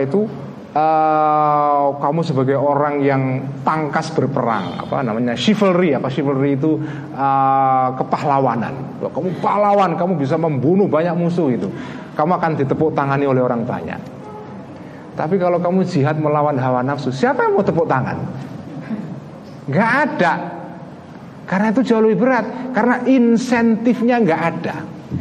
kamu sebagai orang yang tangkas berperang, chivalry. Chivalry itu kepahlawanan. Kamu pahlawan, kamu bisa membunuh banyak musuh, itu kamu akan ditepuk tangani oleh orang banyak. Tapi kalau kamu jihad melawan hawa nafsu, siapa yang mau tepuk tangan? Gak ada. Karena itu jauh lebih berat, karena insentifnya gak ada.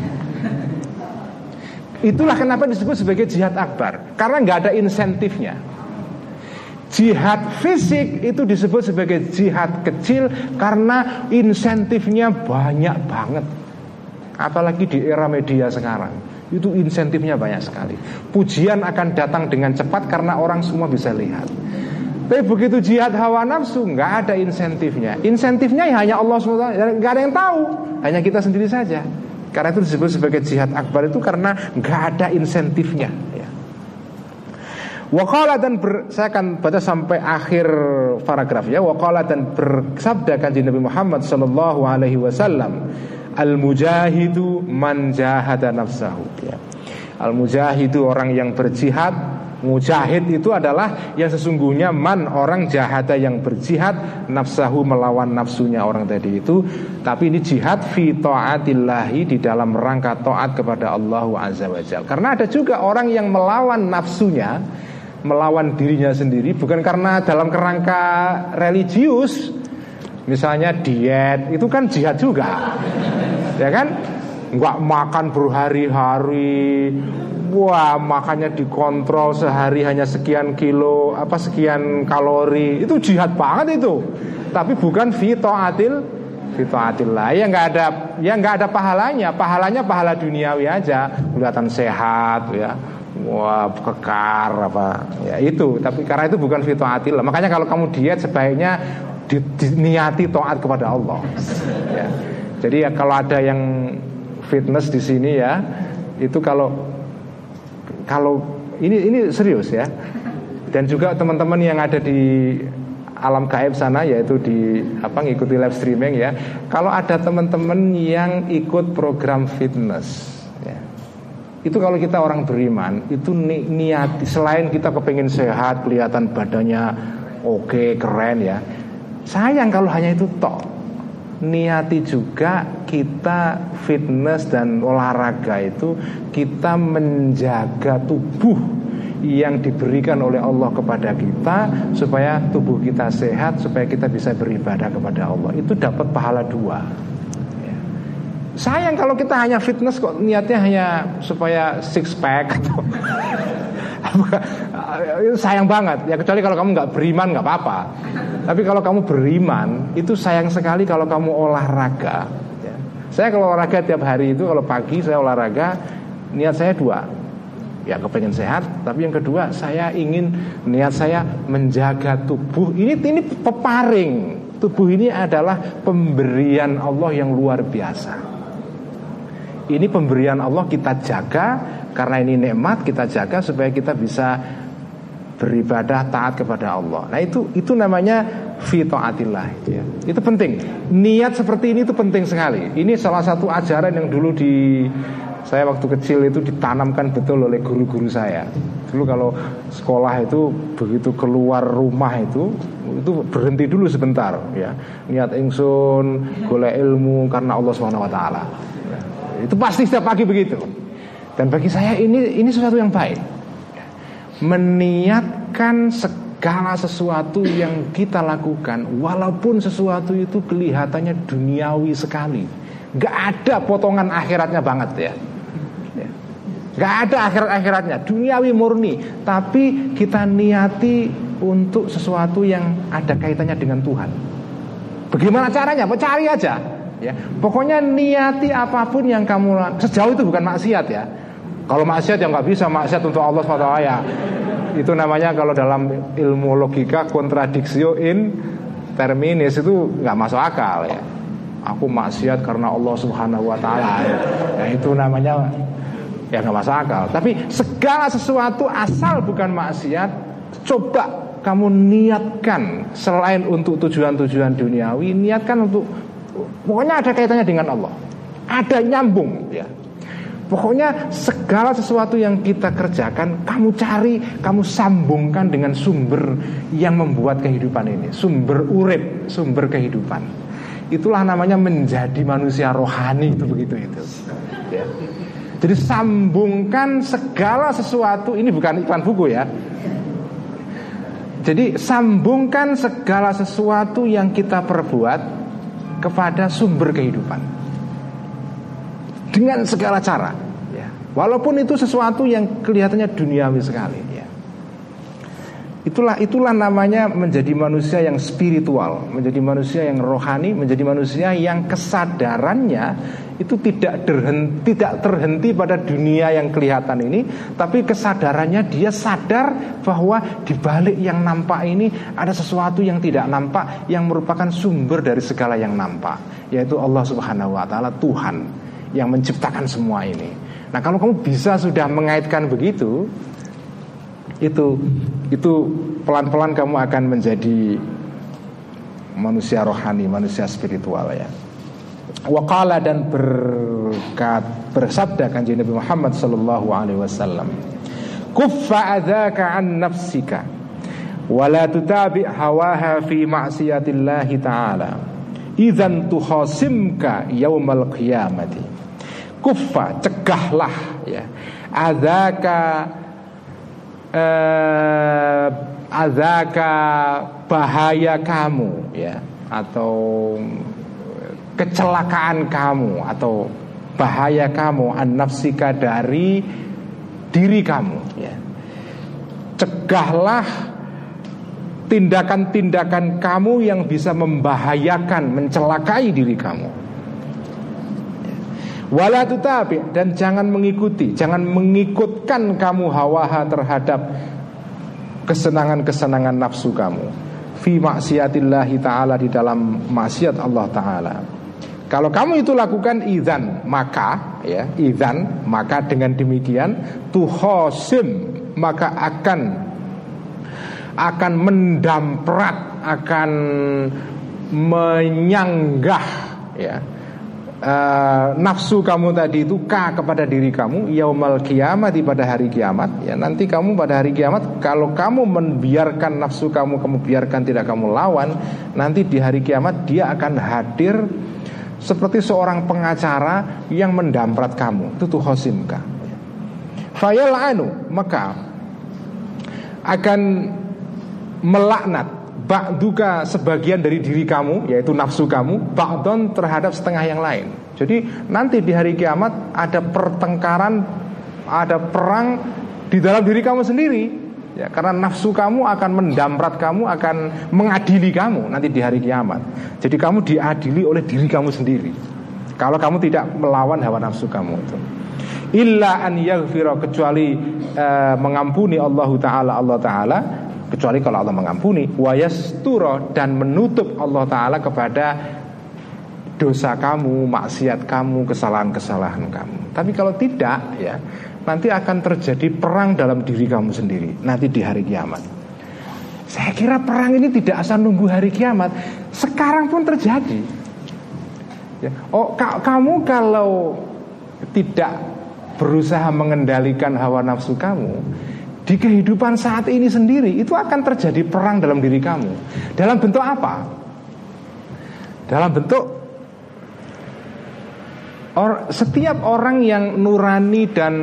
Itulah kenapa disebut sebagai jihad akbar, karena nggak ada insentifnya. Jihad fisik itu disebut sebagai jihad kecil karena insentifnya banyak banget. Apalagi di era media sekarang, itu insentifnya banyak sekali. Pujian akan datang dengan cepat karena orang semua bisa lihat. Tapi begitu jihad hawa nafsu, nggak ada insentifnya. Insentifnya ya hanya Allah SWT, nggak ada yang tahu, hanya kita sendiri saja. Karena itu disebut sebagai jihad akbar, itu karena nggak ada insentifnya ya. Waqala, dan saya akan baca sampai akhir paragraf ya. Waqala, dan bersabda Kanjeng Nabi Muhammad sallallahu alaihi wasallam, al-mujahidu man jahada nafsahu ya. Al-mujahidu, orang yang berjihad. Mujahid itu adalah yang sesungguhnya man, orang jahada, yang berjihad nafsahu, melawan nafsunya orang tadi itu. Tapi ini jihad fi ta'atillahi, di dalam rangka taat kepada Allah Azza wa Jalla. Karena ada juga orang yang melawan nafsunya, melawan dirinya sendiri, bukan karena dalam kerangka religius, Misalnya diet, itu kan jihad juga. Ya kan? Nggak makan berhari-hari. Wah, makannya dikontrol, sehari hanya sekian kilo, sekian kalori. Itu jihad banget itu. Tapi bukan fi taatillah. Ya nggak ada pahalanya. Pahalanya pahala duniawi aja. Kelihatan sehat ya. Wah, kekar ya itu. Tapi karena itu bukan fi taatillah. Makanya kalau kamu diet sebaiknya diniati taat kepada Allah. Ya. Jadi ya kalau ada yang fitness di sini ya, itu kalau ini serius ya. Dan juga teman-teman yang ada di alam gaib sana, yaitu di ngikuti live streaming ya. Kalau ada teman-teman yang ikut program fitness ya, itu kalau kita orang beriman, itu niat, selain kita kepengen sehat, kelihatan badannya oke, keren ya, sayang kalau hanya itu tok. Niati juga kita fitness dan olahraga itu kita menjaga tubuh yang diberikan oleh Allah kepada kita, supaya tubuh kita sehat, supaya kita bisa beribadah kepada Allah. Itu dapat pahala 2 ya. Sayang kalau kita hanya fitness kok niatnya hanya supaya six pack sayang banget ya, kecuali kalau kamu nggak beriman nggak apa-apa. Tapi kalau kamu beriman, itu sayang sekali kalau kamu olahraga ya. Saya kalau olahraga tiap hari itu, kalau pagi saya olahraga, niat saya 2. Ya, kepengen sehat. Tapi yang kedua, saya ingin, niat saya menjaga tubuh. Ini peparing. Tubuh ini adalah pemberian Allah yang luar biasa. Ini pemberian Allah, kita jaga. Karena ini nikmat, kita jaga supaya kita bisa beribadah taat kepada Allah. Nah itu namanya fi taatillah ya. Itu penting. Niat seperti ini itu penting sekali. Ini salah satu ajaran yang dulu saya waktu kecil itu ditanamkan betul oleh guru-guru saya. Dulu kalau sekolah itu begitu keluar rumah itu berhenti dulu sebentar ya. Niat ingsun golek ilmu karena Allah Subhanahu wa taala. Ya. Itu pasti setiap pagi begitu. Dan bagi saya ini sesuatu yang baik. Meniatkan segala sesuatu yang kita lakukan, walaupun sesuatu itu kelihatannya duniawi sekali, gak ada potongan akhiratnya banget ya. Gak ada akhiratnya, duniawi murni. Tapi kita niati untuk sesuatu yang ada kaitannya dengan Tuhan. Bagaimana caranya? Cari aja ya. Pokoknya niati apapun yang kamu lakukan, sejauh itu bukan maksiat ya. Kalau maksiat yang nggak bisa, maksiat untuk Allah SWT ya. Itu namanya kalau dalam ilmu logika contradictio in terminis, itu nggak masuk akal ya. Aku maksiat karena Allah Subhanahu Wa Taala. Ya itu namanya ya nggak masuk akal. Tapi segala sesuatu asal bukan maksiat, coba kamu niatkan selain untuk tujuan-tujuan duniawi, niatkan untuk pokoknya ada kaitannya dengan Allah, ada nyambung ya. Pokoknya segala sesuatu yang kita kerjakan, kamu cari, kamu sambungkan dengan sumber yang membuat kehidupan ini, sumber urip, sumber kehidupan. Itulah namanya menjadi manusia rohani, itu begitu itu. Ya. Jadi sambungkan segala sesuatu, ini bukan iklan buku ya. Jadi sambungkan segala sesuatu yang kita perbuat kepada sumber kehidupan dengan segala cara ya. Walaupun itu sesuatu yang kelihatannya duniawi sekali ya. Itulah namanya menjadi manusia yang spiritual, menjadi manusia yang rohani, menjadi manusia yang kesadarannya itu tidak terhenti pada dunia yang kelihatan ini, tapi kesadarannya dia sadar bahwa di balik yang nampak ini ada sesuatu yang tidak nampak, yang merupakan sumber dari segala yang nampak, yaitu Allah Subhanahu wa taala, Tuhan yang menciptakan semua ini. Nah, kalau kamu bisa sudah mengaitkan begitu, itu pelan-pelan kamu akan menjadi manusia rohani, manusia spiritual ya. Waqala, dan bersabda Kanjeng Nabi Muhammad sallallahu alaihi wasallam, kuffa adzaka an nafsika wa la tutabi' hawaha fi ma'siyatillahi ta'ala idzan tukhasimka yaumal qiyamati. Kuffa, cegahlah ya, adzaka bahaya kamu ya, atau kecelakaan kamu atau bahaya kamu an nafsika dari diri kamu, ya. Cegahlah tindakan-tindakan kamu yang bisa membahayakan, mencelakai diri kamu. Wala tutabi, dan jangan mengikuti, jangan mengikutkan kamu hawaha terhadap kesenangan-kesenangan nafsu kamu fi maksiatillahi ta'ala, di dalam maksiat Allah ta'ala. Kalau kamu itu lakukan idzan, maka ya, idzan, maka dengan demikian tuhosim, maka akan mendamprat, akan menyanggah, ya, nafsu kamu tadi itu kepada diri kamu yaumal kiamat, pada hari kiamat, ya. Nanti kamu pada hari kiamat, kalau kamu membiarkan nafsu kamu biarkan, tidak kamu lawan, nanti di hari kiamat dia akan hadir seperti seorang pengacara yang mendamprat kamu. Itu tuhosimka. Fayal'anu, maka akan melaknat ba'duka, sebagian dari diri kamu, yaitu nafsu kamu, ba'don, terhadap setengah yang lain. Jadi nanti di hari kiamat ada pertengkaran, ada perang di dalam diri kamu sendiri, ya, karena nafsu kamu akan mendamprat kamu, akan mengadili kamu nanti di hari kiamat. Jadi kamu diadili oleh diri kamu sendiri kalau kamu tidak melawan hawa nafsu kamu itu. Illa an yaghfira, kecuali mengampuni Allah Ta'ala, kecuali kalau Allah mengampuni, wa yastura, dan menutup Allah Ta'ala kepada dosa kamu, maksiat kamu, kesalahan-kesalahan kamu. Tapi kalau tidak, ya, nanti akan terjadi perang dalam diri kamu sendiri nanti di hari kiamat. Saya kira perang ini tidak asal nunggu hari kiamat, sekarang pun terjadi, ya. Kamu kalau tidak berusaha mengendalikan hawa nafsu kamu di kehidupan saat ini sendiri, itu akan terjadi perang dalam diri kamu. Dalam bentuk apa? Dalam bentuk setiap orang yang nurani dan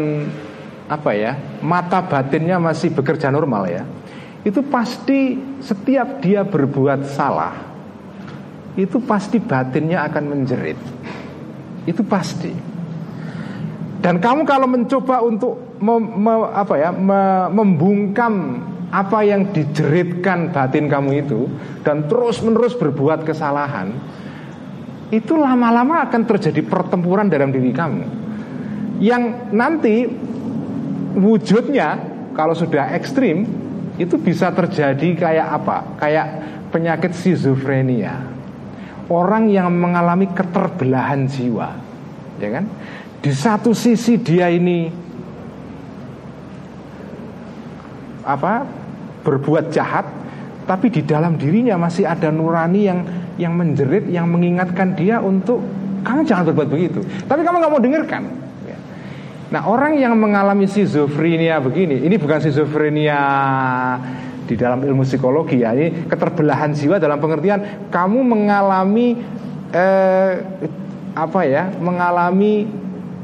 mata batinnya masih bekerja normal, ya, itu pasti setiap dia berbuat salah, itu pasti batinnya akan menjerit. Itu pasti. Dan kamu kalau mencoba untuk membungkam apa yang dijeritkan batin kamu itu, dan terus-menerus berbuat kesalahan, itu lama-lama akan terjadi pertempuran dalam diri kamu, yang nanti wujudnya kalau sudah ekstrim itu bisa terjadi kayak apa? Kayak penyakit skizofrenia, orang yang mengalami keterbelahan jiwa, ya kan? Di satu sisi dia ini berbuat jahat, tapi di dalam dirinya masih ada nurani yang menjerit, yang mengingatkan dia untuk kamu jangan berbuat begitu. Tapi kamu nggak mau dengarkan. Nah, orang yang mengalami skizofrenia begini, ini bukan skizofrenia di dalam ilmu psikologi, ya, ini keterbelahan jiwa dalam pengertian kamu mengalami mengalami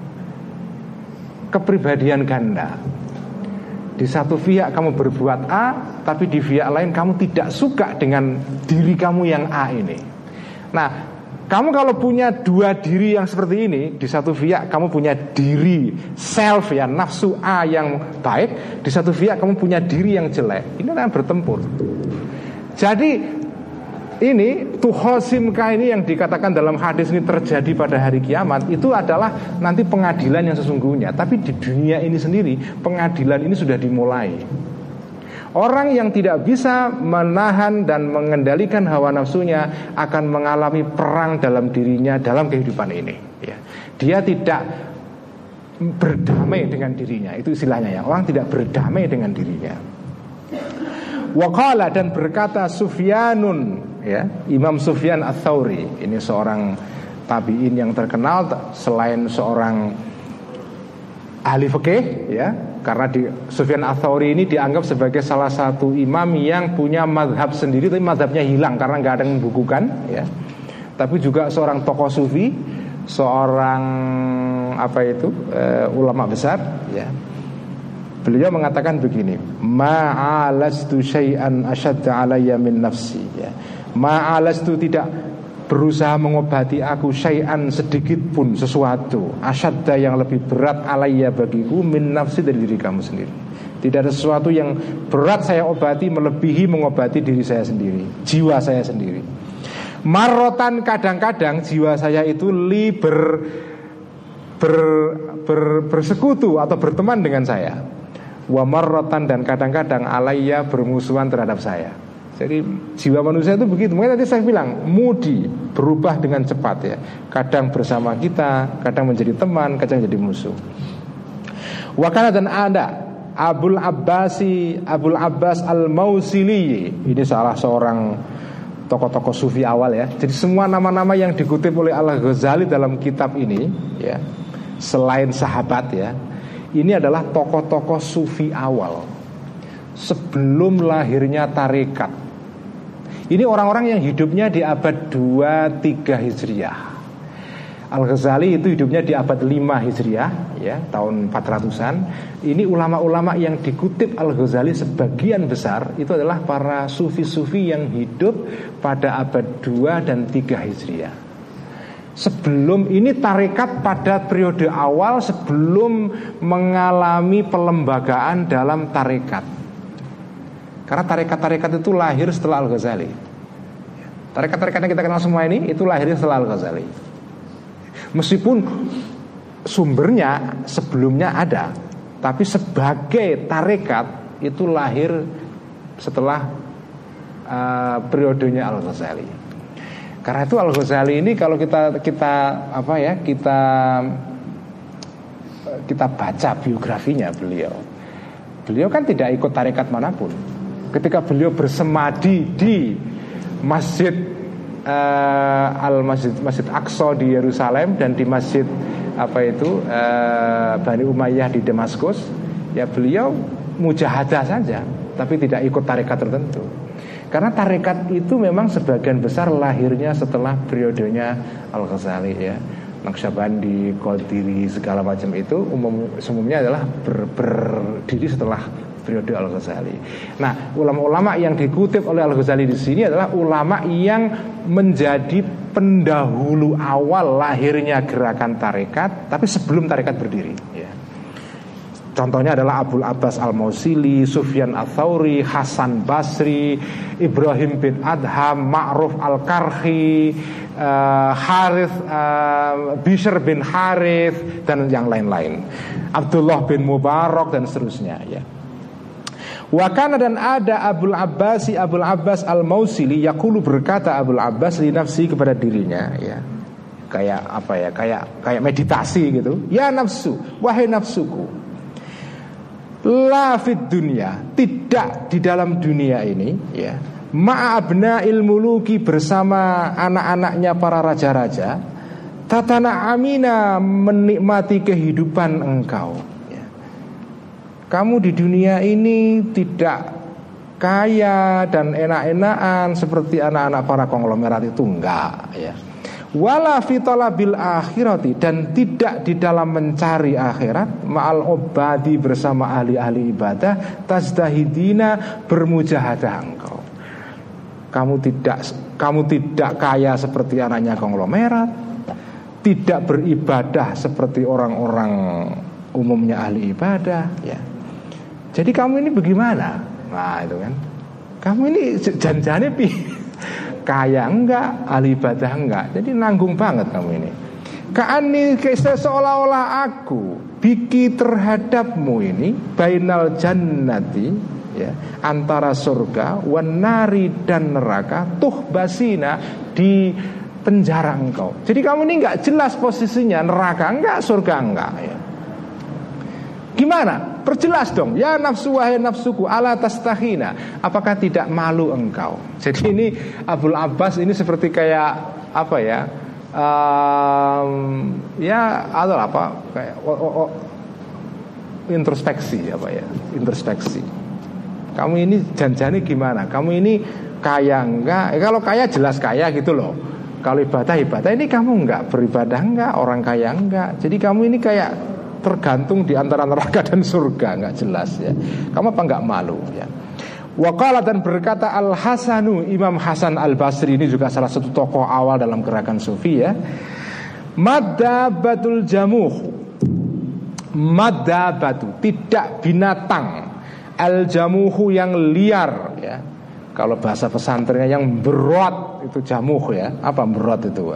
kepribadian ganda. Di satu pihak kamu berbuat A, tapi di pihak lain kamu tidak suka dengan diri kamu yang A ini. Nah, kamu kalau punya dua diri yang seperti ini, di satu pihak kamu punya diri self, ya, nafsu A yang baik, di satu pihak kamu punya diri yang jelek. Ini akan bertempur. Jadi ini tuhosimka ini yang dikatakan dalam hadis ini terjadi pada hari kiamat, itu adalah nanti pengadilan yang sesungguhnya. Tapi di dunia ini sendiri pengadilan ini sudah dimulai. Orang yang tidak bisa menahan dan mengendalikan hawa nafsunya akan mengalami perang dalam dirinya dalam kehidupan ini, ya. Dia tidak berdamai dengan dirinya, itu istilahnya, ya. Orang tidak berdamai dengan dirinya. Waqala, dan berkata Sufyanun, ya, Imam Sufyan Ats-Tsauri, ini seorang tabi'in yang terkenal selain seorang ahli fikih, ya, karena Sufyan Ats-Tsauri ini dianggap sebagai salah satu imam yang punya mazhab sendiri, tapi mazhabnya hilang karena nggak ada yang membukukan, ya. Tapi juga seorang tokoh sufi, seorang ulama besar, ya. Beliau mengatakan begini, ma'alastu syai'an asyadda alayya min nafsi, ya. Ma'alastu tidak berusaha mengobati aku syai'an sedikit pun sesuatu asyadda yang lebih berat alayya bagiku min nafsi dari diri kamu sendiri. Tidak ada sesuatu yang berat saya obati melebihi mengobati diri saya sendiri, jiwa saya sendiri. Marotan kadang-kadang jiwa saya itu bersekutu atau berteman dengan saya. Wa marrotan dan kadang-kadang alayya bermusuhan terhadap saya. Jadi jiwa manusia itu begitu. Mungkin tadi saya bilang mudi, berubah dengan cepat ya. Kadang bersama kita, kadang menjadi teman, kadang jadi musuh. Wakana dan ada Abul Abbas Al-Mausili. Ini salah seorang tokoh-tokoh sufi awal ya. Jadi semua nama-nama yang dikutip oleh Al-Ghazali dalam kitab ini ya, selain sahabat ya, ini adalah tokoh-tokoh sufi awal sebelum lahirnya tarekat. Ini orang-orang yang hidupnya di abad 2-3 Hijriah. Al-Ghazali itu hidupnya di abad 5 Hijriah ya, tahun 400-an. Ini ulama-ulama yang dikutip Al-Ghazali sebagian besar itu adalah para sufi-sufi yang hidup pada abad 2 dan 3 Hijriah. Sebelum ini tarekat pada periode awal sebelum mengalami pelembagaan dalam tarekat. Karena tarekat-tarekat itu lahir setelah Al-Ghazali. Tarekat-tarekat yang kita kenal semua ini itu lahirnya setelah Al-Ghazali. Meskipun sumbernya sebelumnya ada, tapi sebagai tarekat itu lahir setelah periodenya Al-Ghazali. Karena itu Al-Ghazali ini kalau kita baca biografinya beliau kan tidak ikut tarekat manapun. Ketika beliau bersemadi di Masjid Masjid Aqsa di Yerusalem dan di Masjid Bani Umayyah di Damaskus, ya beliau mujahadah saja, tapi tidak ikut tarekat tertentu. Karena tarekat itu memang sebagian besar lahirnya setelah periodenya Al-Ghazali ya. Naqsyabandi, Qadiri, segala macam itu umumnya adalah berdiri setelah periode Al-Ghazali. Nah, ulama-ulama yang dikutip oleh Al-Ghazali di sini adalah ulama yang menjadi pendahulu awal lahirnya gerakan tarekat, tapi sebelum tarekat berdiri. Ya. Contohnya adalah Abul Abbas Al-Mausili, Sufyan Ats-Tsauri, Hasan Basri, Ibrahim bin Adham, Ma'ruf Al-Karhi, Bishr bin Harith dan yang lain-lain, Abdullah bin Mubarak dan seterusnya ya. Wakana dan ada Abul Abbas Al-Mausili yaqulu berkata Abul Abbas li nafsi kepada dirinya ya. Kayak meditasi gitu. Ya nafsu, wahai nafsuku. La fid dunya, tidak di dalam dunia ini ya. Ma'abna'il muluki bersama anak-anaknya para raja-raja. Tatana amina menikmati kehidupan engkau ya. Kamu di dunia ini tidak kaya dan enak-enakan seperti anak-anak para konglomerat itu, enggak ya. Wala fi talabil akhirati, dan tidak di dalam mencari akhirat, ma'al obadi bersama ahli-ahli ibadah, tazdahidina bermujahadah engkau. Kamu tidak kaya seperti anaknya konglomerat, tidak beribadah seperti orang-orang umumnya ahli ibadah ya. Jadi kamu ini bagaimana? Nah itu kan, kamu ini janjane kaya enggak, ahli ibadah enggak. Jadi nanggung banget kamu ini. Ka'ani seolah-olah aku biki terhadapmu ini bainal jannati ya, antara surga wan nari dan neraka tuh basina di penjara engkau. Jadi kamu ini enggak jelas posisinya, neraka enggak, surga enggak ya. Gimana? Perjelas dong. Ya nafsu wahai nafsuku, ala tastahina, apakah tidak malu engkau? Jadi ini Abul Abbas ini seperti kayak apa ya? Kayak introspeksi apa ya? Introspeksi. Kamu ini janjane gimana? Kamu ini kaya enggak? Kalau kaya jelas kaya gitu loh. Kalau ibadah ini kamu enggak, beribadah enggak, orang kaya enggak. Jadi kamu ini kayak tergantung di antara neraka dan surga, enggak jelas ya. Kamu apa enggak malu ya? Waqala, dan berkata Al-Hasanu, Imam Hasan Al-Basri ini juga salah satu tokoh awal dalam gerakan sufi ya. Maddabatul jamuh, maddabatu, tidak binatang, al-jamuhu yang liar ya. Kalau bahasa pesantrennya yang berot itu jamuh ya. Apa berot itu?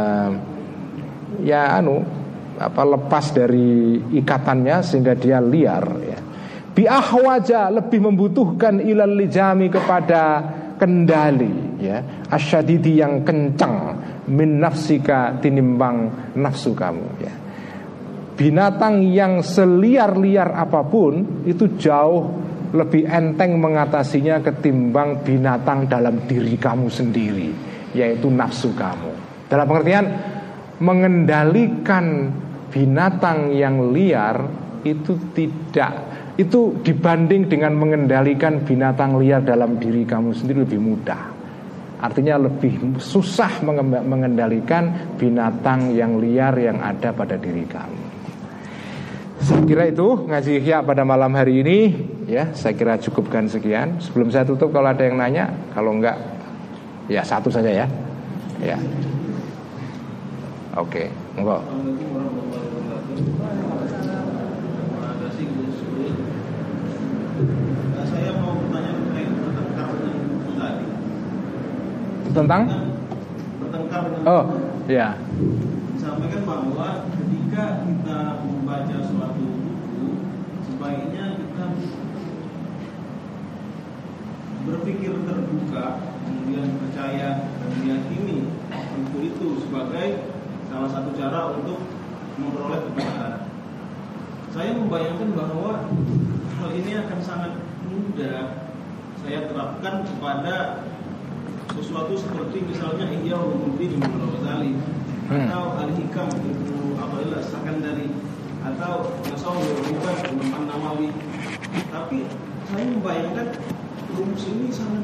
Lepas dari ikatannya sehingga dia liar ya. Bi ahwaja, lebih membutuhkan ilal lijami, kepada kendali ya, asyadidi, yang kencang, min nafsika, tinimbang nafsu kamu ya. Binatang yang seliar-liar apapun itu jauh lebih enteng mengatasinya ketimbang binatang dalam diri kamu sendiri, yaitu nafsu kamu. Dalam pengertian mengendalikan binatang yang liar itu dibanding dengan mengendalikan binatang liar dalam diri kamu sendiri lebih mudah. Artinya lebih susah mengendalikan binatang yang liar yang ada pada diri kamu. Saya kira itu ngaji Ihya pada malam hari ini ya. Saya kira cukupkan sekian. Sebelum saya tutup, kalau ada yang nanya, kalau enggak ya satu saja ya. Ya. Oke, monggo. Saya mau bertanya tentang tadi. Tentang? Bertengkar dengan. Oh, ya. Disampaikan bahwa ketika kita membaca suatu buku, sebaiknya kita berpikir terbuka, kemudian percaya dan meyakini buku itu sebagai salah satu cara untuk memperoleh kebenaran. Saya membayangkan bahwa hal ini akan sangat mudah saya terapkan kepada sesuatu seperti misalnya Ihya Ulumuddin Imam Al-Ghazali atau Al-Hikam Ibnu Athaillah As-Sakandari atau Nasawul Ribat Imam An-Nawawi. Tapi saya membayangkan rumus ini sangat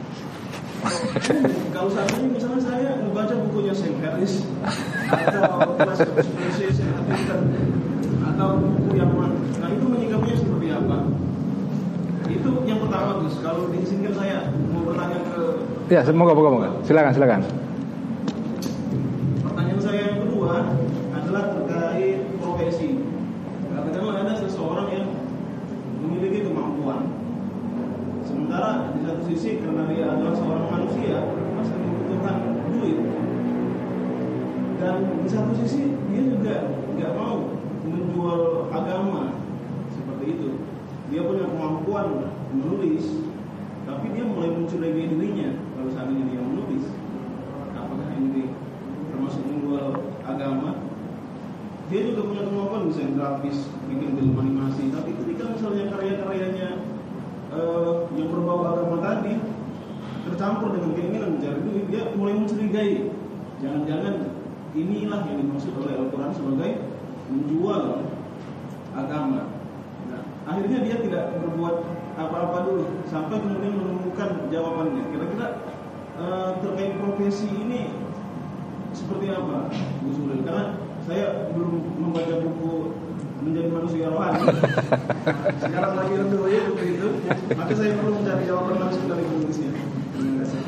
kalau saat ini misalnya saya membaca bukunya Sam Harris atau Class of Civilization atau buku yang mana, nah itu menyikapinya seperti apa? Itu yang pertama, Gus. Kalau diizinkan saya mau bertanya ke. Ya, semoga. Silakan. Pertanyaan saya yang kedua adalah terkait profesi. Katakanlah ada seseorang yang memiliki kemampuan, sementara di satu sisi karena dia adalah seorang manusia pasti membutuhkan duit, dan di satu sisi dia juga nggak mau menjual agama seperti itu. Dia punya kemampuan menulis, tapi dia mulai mencurigai dirinya. Kalau seandainya dia menulis, apakah ini termasuk menjual agama? Dia juga punya kemampuan desain grafis, bikin film animasi, tapi ketika misalnya karya-karyanya yang berbau agama tadi tercampur dengan keinginan mencari duit, dia mulai mencurigai. Jangan-jangan inilah yang dimaksud oleh Al-Quran sebagai menjual agama. Nah, akhirnya dia tidak berbuat apa-apa dulu sampai kemudian menemukan jawabannya. Kira-kira terkait profesi ini seperti apa, Bu Suril? Karena saya belum membaca buku Menjadi Manusia Rohani. Sekarang lagi rendu ya begitu. Maka saya perlu mencari jawaban langsung dari penulisnya. Terima kasih.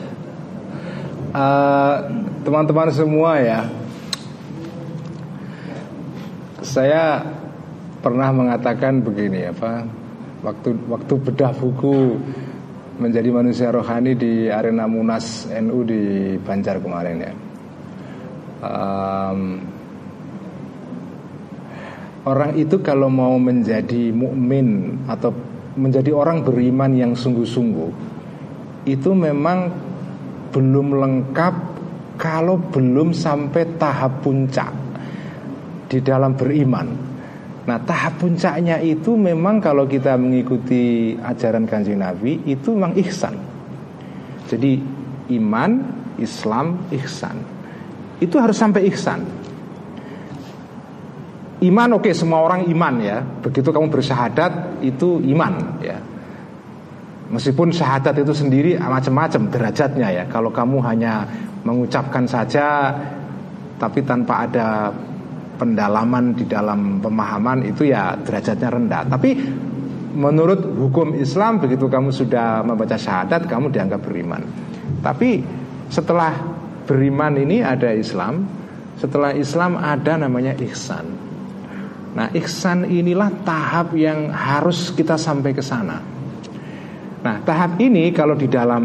Teman-teman semua ya, saya pernah mengatakan begini waktu bedah buku Menjadi Manusia Rohani di arena Munas NU di Banjar kemarin ya. Orang itu kalau mau menjadi mukmin atau menjadi orang beriman yang sungguh-sungguh, itu memang belum lengkap kalau belum sampai tahap puncak di dalam beriman. Nah, tahap puncaknya itu memang kalau kita mengikuti ajaran Kanjeng Nabi itu memang ihsan. Jadi iman, Islam, ihsan. Itu harus sampai ihsan. Iman oke, semua orang iman ya. Begitu kamu bersyahadat itu iman ya. Meskipun syahadat itu sendiri macam-macam derajatnya ya. Kalau kamu hanya mengucapkan saja tapi tanpa ada pendalaman di dalam pemahaman, itu ya derajatnya rendah. Tapi menurut hukum Islam begitu kamu sudah membaca syahadat kamu dianggap beriman. Tapi setelah beriman ini ada Islam, setelah Islam ada namanya ihsan. Nah, ihsan inilah tahap yang harus kita sampai ke sana. Nah, tahap ini kalau di dalam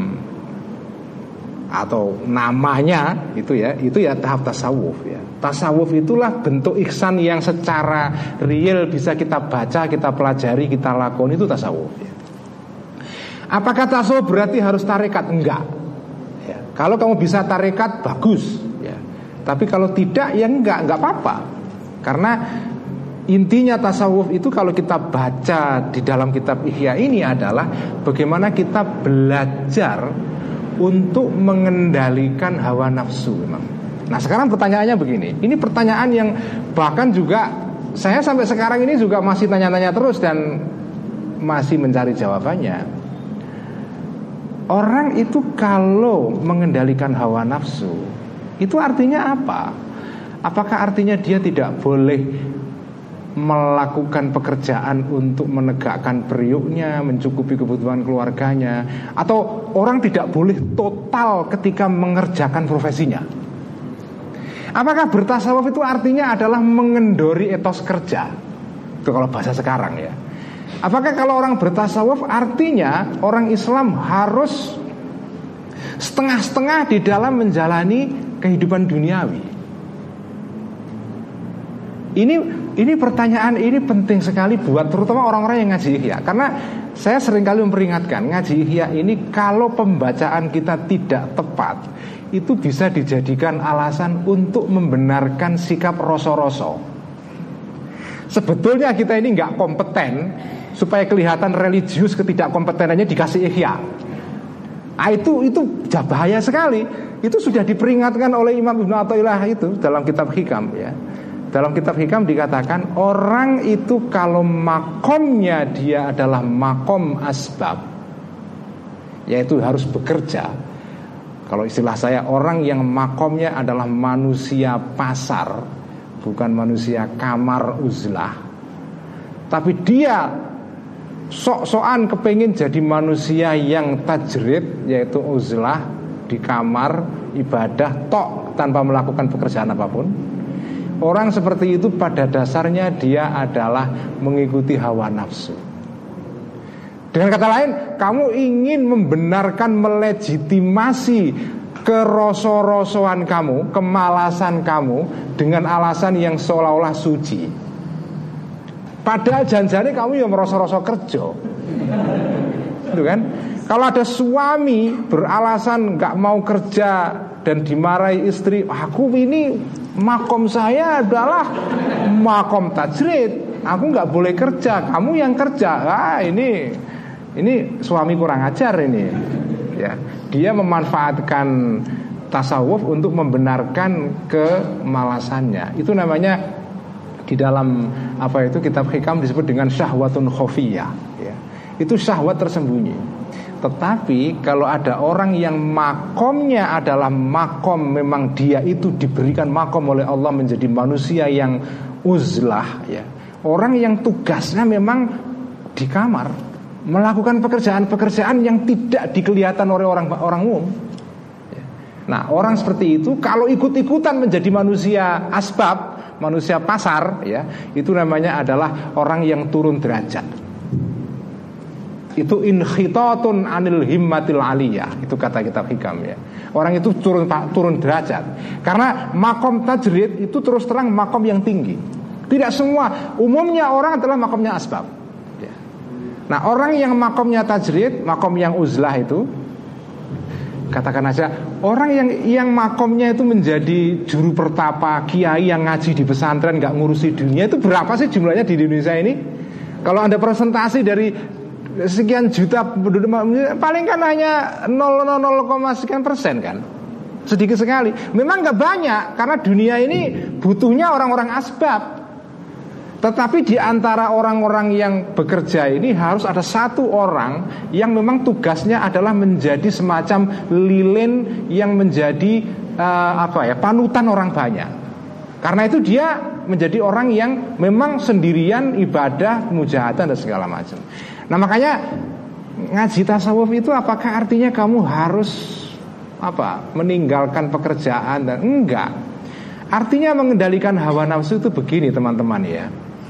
atau namanya itu ya tahap tasawuf ya. Tasawuf itulah bentuk ihsan yang secara real bisa kita baca, kita pelajari, kita lakoni, itu tasawuf ya. Apakah tasawuf berarti harus tarekat? Enggak ya. Kalau kamu bisa tarekat bagus ya. Tapi kalau tidak ya enggak apa-apa. Karena intinya tasawuf itu kalau kita baca di dalam kitab Ihya ini adalah bagaimana kita belajar untuk mengendalikan hawa nafsu memang. Nah sekarang pertanyaannya begini. Ini pertanyaan yang bahkan juga saya sampai sekarang ini juga masih tanya-tanya terus dan masih mencari jawabannya. Orang itu kalau mengendalikan hawa nafsu itu artinya apa? Apakah artinya dia tidak boleh melakukan pekerjaan untuk menegakkan periuknya, mencukupi kebutuhan keluarganya, atau orang tidak boleh total ketika mengerjakan profesinya? Apakah bertasawuf itu artinya adalah mengendori etos kerja? Itu kalau bahasa sekarang ya. Apakah kalau orang bertasawuf artinya orang Islam harus setengah-setengah di dalam menjalani kehidupan duniawi? Ini pertanyaan ini penting sekali buat terutama orang-orang yang ngaji Ihya. Karena saya seringkali memperingatkan ngaji Ihya ini kalau pembacaan kita tidak tepat, itu bisa dijadikan alasan untuk membenarkan sikap roso-roso. Sebetulnya kita ini nggak kompeten, supaya kelihatan religius ketidakkompetenannya dikasih Ihya. Itu bahaya sekali. Itu sudah diperingatkan oleh Imam Ibnu Athaillah itu dalam kitab Hikam ya. Dalam kitab Hikam dikatakan orang itu kalau makomnya dia adalah makom asbab, yaitu harus bekerja. Kalau istilah saya, orang yang makomnya adalah manusia pasar, bukan manusia kamar uzlah. Tapi dia sok-sokan kepengin jadi manusia yang tajrid, yaitu uzlah di kamar ibadah tok tanpa melakukan pekerjaan apapun. Orang seperti itu pada dasarnya dia adalah mengikuti hawa nafsu. Dengan kata lain, kamu ingin membenarkan, melegitimasi keroso-rosoan kamu, kemalasan kamu dengan alasan yang seolah-olah suci. Padahal janjane kamu yang meroso-roso kerja. Itu kan? Kalau ada suami beralasan gak mau kerja dan dimarahi istri, aku ini makom saya adalah makom tajrid, aku nggak boleh kerja, kamu yang kerja. Ini suami kurang ajar ini. Ya, dia memanfaatkan tasawuf untuk membenarkan kemalasannya. Itu namanya di dalam kitab Hikam disebut dengan syahwatun khofiyah. Ya, itu syahwat tersembunyi. Tetapi kalau ada orang yang makomnya adalah makom, memang dia itu diberikan makom oleh Allah menjadi manusia yang uzlah ya. Orang yang tugasnya memang di kamar, melakukan pekerjaan-pekerjaan yang tidak dikelihatan oleh orang umum ya. Nah orang seperti itu kalau ikut-ikutan menjadi manusia asbab, manusia pasar ya, itu namanya adalah orang yang turun derajat. Itu inkhitatun anil himmatil aliyah. Itu kata kitab Hikam ya. Orang itu turun derajat. Karena makom tajrid itu terus terang makom yang tinggi. Tidak semua. Umumnya orang adalah makomnya asbab ya. Nah orang yang makomnya tajrid, makom yang uzlah itu, katakan aja orang yang makomnya itu menjadi juru pertapa, kiai yang ngaji di pesantren, gak ngurusi dunia, itu berapa sih jumlahnya di Indonesia ini? Kalau Anda presentasi dari sekian juta penduduk, paling kan hanya 0,0 sekian persen kan, sedikit sekali. Memang gak banyak karena dunia ini butuhnya orang-orang asbab. Tetapi di antara orang-orang yang bekerja ini harus ada satu orang yang memang tugasnya adalah menjadi semacam lilin yang menjadi panutan orang banyak. Karena itu dia menjadi orang yang memang sendirian ibadah, mujahatan dan segala macam. Nah makanya ngaji tasawuf itu apakah artinya kamu harus meninggalkan pekerjaan dan enggak. Artinya mengendalikan hawa nafsu itu begini teman-teman ya.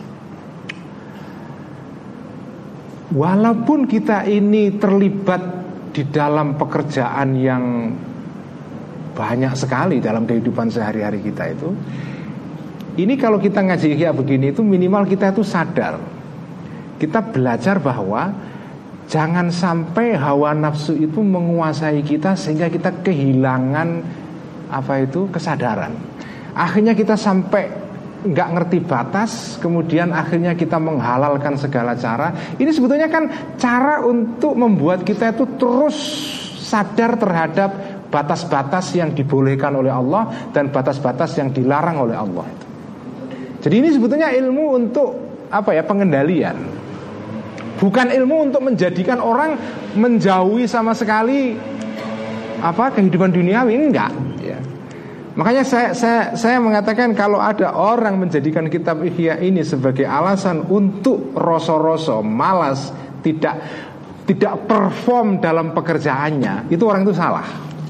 Walaupun kita ini terlibat di dalam pekerjaan yang banyak sekali dalam kehidupan sehari-hari kita itu, ini kalau kita ngaji ihya begini itu minimal kita itu sadar. Kita belajar bahwa jangan sampai hawa nafsu itu menguasai kita sehingga kita kehilangan kesadaran. Akhirnya kita sampai nggak ngerti batas, kemudian akhirnya kita menghalalkan segala cara. Ini sebetulnya kan cara untuk membuat kita itu terus sadar terhadap batas-batas yang dibolehkan oleh Allah dan batas-batas yang dilarang oleh Allah. Jadi ini sebetulnya ilmu untuk pengendalian, bukan ilmu untuk menjadikan orang menjauhi sama sekali kehidupan duniawi, enggak ya. Makanya saya mengatakan kalau ada orang menjadikan kitab Ihya ini sebagai alasan untuk roso-roso, malas, tidak perform dalam pekerjaannya, itu orang itu salah.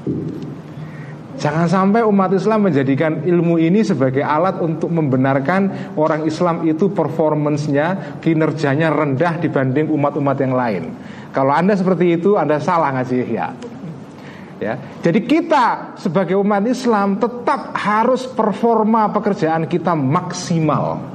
Jangan sampai umat Islam menjadikan ilmu ini sebagai alat untuk membenarkan orang Islam itu performance-nya, kinerjanya rendah dibanding umat-umat yang lain. Kalau Anda seperti itu, Anda salah ngaji Ihya. Ya. Jadi kita sebagai umat Islam tetap harus performa pekerjaan kita maksimal.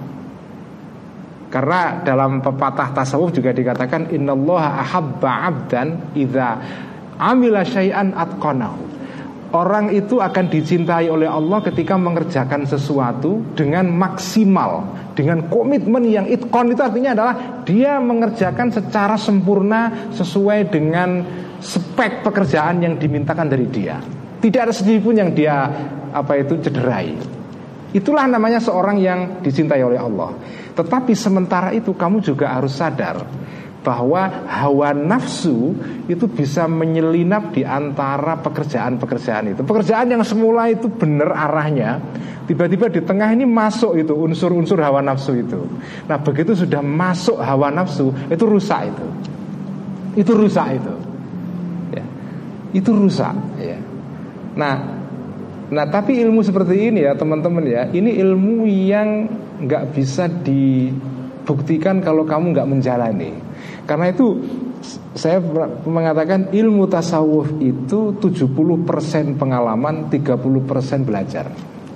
Karena dalam pepatah tasawuf juga dikatakan innallaha ahabba 'abdan idza amila syai'an atqanahu. Orang itu akan dicintai oleh Allah ketika mengerjakan sesuatu dengan maksimal, dengan komitmen yang itqon. Itu artinya adalah dia mengerjakan secara sempurna sesuai dengan spek pekerjaan yang dimintakan dari dia. Tidak ada sedikit pun yang dia cederai. Itulah namanya seorang yang dicintai oleh Allah. Tetapi sementara itu kamu juga harus sadar bahwa hawa nafsu itu bisa menyelinap di antara pekerjaan-pekerjaan itu. Pekerjaan yang semula itu benar arahnya, tiba-tiba di tengah ini masuk itu unsur-unsur hawa nafsu itu. Nah begitu sudah masuk hawa nafsu, itu rusak itu. Itu rusak itu. Ya. Itu rusak ya. Nah tapi ilmu seperti ini ya teman-teman ya, ini ilmu yang gak bisa dibuktikan kalau kamu gak menjalani. Karena itu saya mengatakan ilmu tasawuf itu 70% pengalaman, 30% belajar.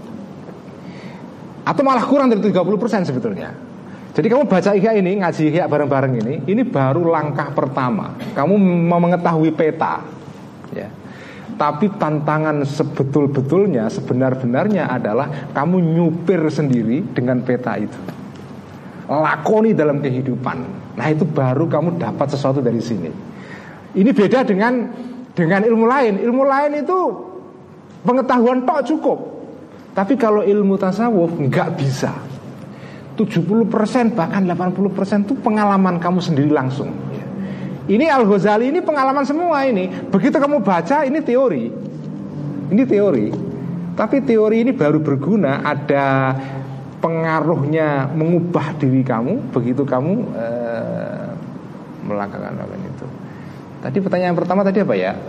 Atau malah kurang dari 30% sebetulnya. Jadi kamu baca Ihya ini, ngaji Ihya bareng-bareng ini baru langkah pertama. Kamu mau mengetahui peta ya. Tapi tantangan sebetul-betulnya, sebenar-benarnya adalah kamu nyupir sendiri dengan peta itu. Lakoni dalam kehidupan. Nah itu baru kamu dapat sesuatu dari sini. Ini beda dengan ilmu lain. Ilmu lain itu pengetahuan tok cukup. Tapi kalau ilmu tasawuf nggak bisa. 70% bahkan 80% itu pengalaman kamu sendiri langsung. Ini Al-Ghazali ini pengalaman semua ini. Begitu kamu baca ini teori. Ini teori. Tapi teori ini baru berguna ada pengaruhnya mengubah diri kamu begitu kamu melakukan itu. Tadi pertanyaan pertama tadi apa ya?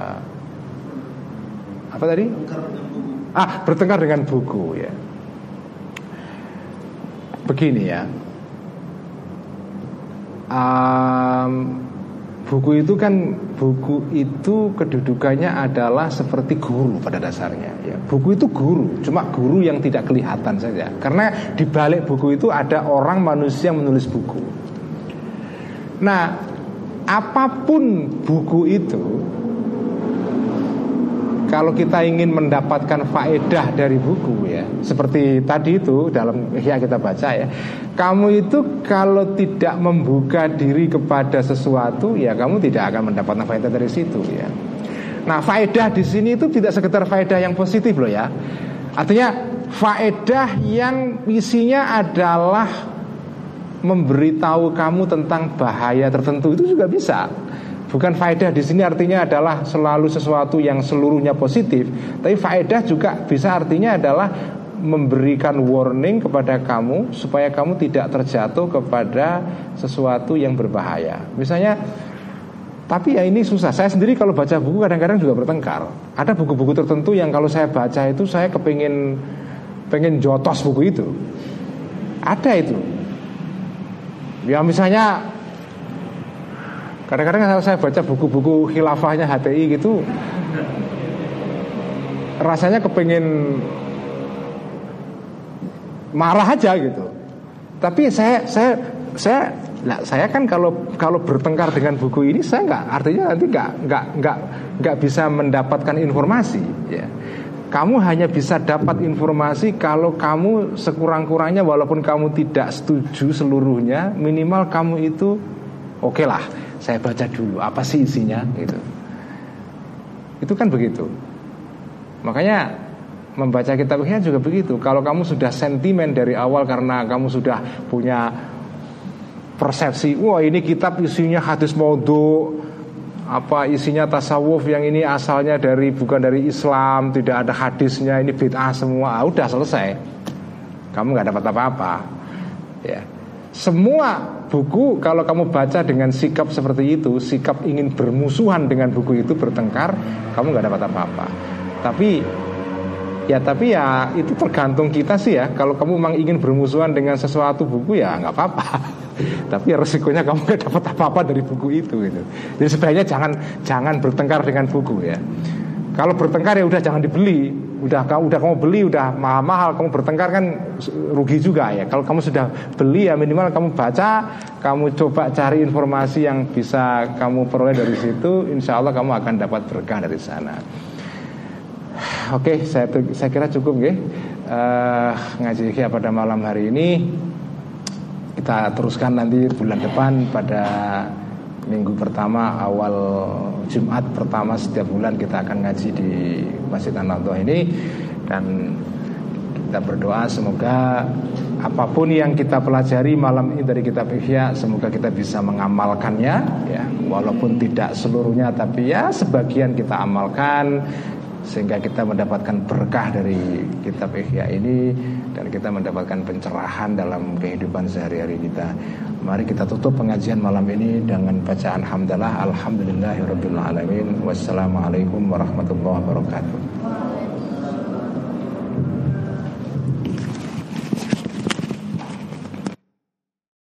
Apa tadi? Bertengkar dengan buku ya. Begini ya. Buku itu kedudukannya adalah seperti guru pada dasarnya ya. Buku itu guru, cuma guru yang tidak kelihatan saja. Karena di balik buku itu ada orang manusia yang menulis buku. Nah, apapun buku itu, kalau kita ingin mendapatkan faedah dari buku ya, seperti tadi itu dalam Ihya kita baca ya, kamu itu kalau tidak membuka diri kepada sesuatu ya kamu tidak akan mendapatkan faedah dari situ ya. Nah faedah di sini itu tidak sekedar faedah yang positif loh ya. Artinya faedah yang isinya adalah memberitahu kamu tentang bahaya tertentu itu juga bisa. Bukan faedah di sini artinya adalah selalu sesuatu yang seluruhnya positif, tapi faedah juga bisa artinya adalah memberikan warning kepada kamu supaya kamu tidak terjatuh kepada sesuatu yang berbahaya. Misalnya, tapi ya ini susah. Saya sendiri kalau baca buku kadang-kadang juga bertengkar. Ada buku-buku tertentu yang kalau saya baca itu saya pengen jotos buku itu. Ada itu. Ya misalnya kadang-kadang kalau saya baca buku-buku khilafahnya HTI gitu, rasanya kepengen marah aja gitu. Tapi saya kan kalau bertengkar dengan buku ini saya nanti nggak bisa mendapatkan informasi. Ya. Kamu hanya bisa dapat informasi kalau kamu sekurang-kurangnya walaupun kamu tidak setuju seluruhnya, minimal kamu itu oke lah. Saya baca dulu apa sih isinya gitu. Itu kan begitu. Makanya membaca kitab Ihya juga begitu. Kalau kamu sudah sentimen dari awal karena kamu sudah punya persepsi, wah ini kitab isinya hadis maudhu, apa isinya tasawuf yang ini asalnya bukan dari Islam, tidak ada hadisnya, ini bid'ah semua, udah selesai. Kamu nggak dapat apa-apa. Ya. Semua buku kalau kamu baca dengan sikap seperti itu, sikap ingin bermusuhan dengan buku itu, bertengkar, kamu nggak dapat apa-apa. Tapi ya itu tergantung kita sih ya. Kalau kamu memang ingin bermusuhan dengan sesuatu buku ya nggak apa-apa. Tapi ya resikonya kamu nggak dapat apa-apa dari buku itu gitu. Jadi sebenarnya jangan bertengkar dengan buku ya. Kalau bertengkar ya udah jangan dibeli. Udah kamu beli udah mahal-mahal, kamu bertengkar kan rugi juga ya. Kalau kamu sudah beli ya minimal kamu baca, kamu coba cari informasi yang bisa kamu peroleh dari situ, insya Allah kamu akan dapat berkah dari sana. Oke, saya kira cukup ya. Ngaji Ihya pada malam hari ini. Kita teruskan nanti bulan depan pada minggu pertama, awal Jumat pertama setiap bulan kita akan ngaji di Masjid An-Nahdhah ini. Dan kita berdoa semoga apapun yang kita pelajari malam ini dari kitab Ihya, semoga kita bisa mengamalkannya ya, walaupun tidak seluruhnya tapi ya sebagian kita amalkan, sehingga kita mendapatkan berkah dari kitab Ihya ini dan kita mendapatkan pencerahan dalam kehidupan sehari-hari kita. Mari kita tutup pengajian malam ini dengan bacaan hamdalah. Alhamdulillahirabbil alamin. Wassalamualaikum warahmatullahi wabarakatuh.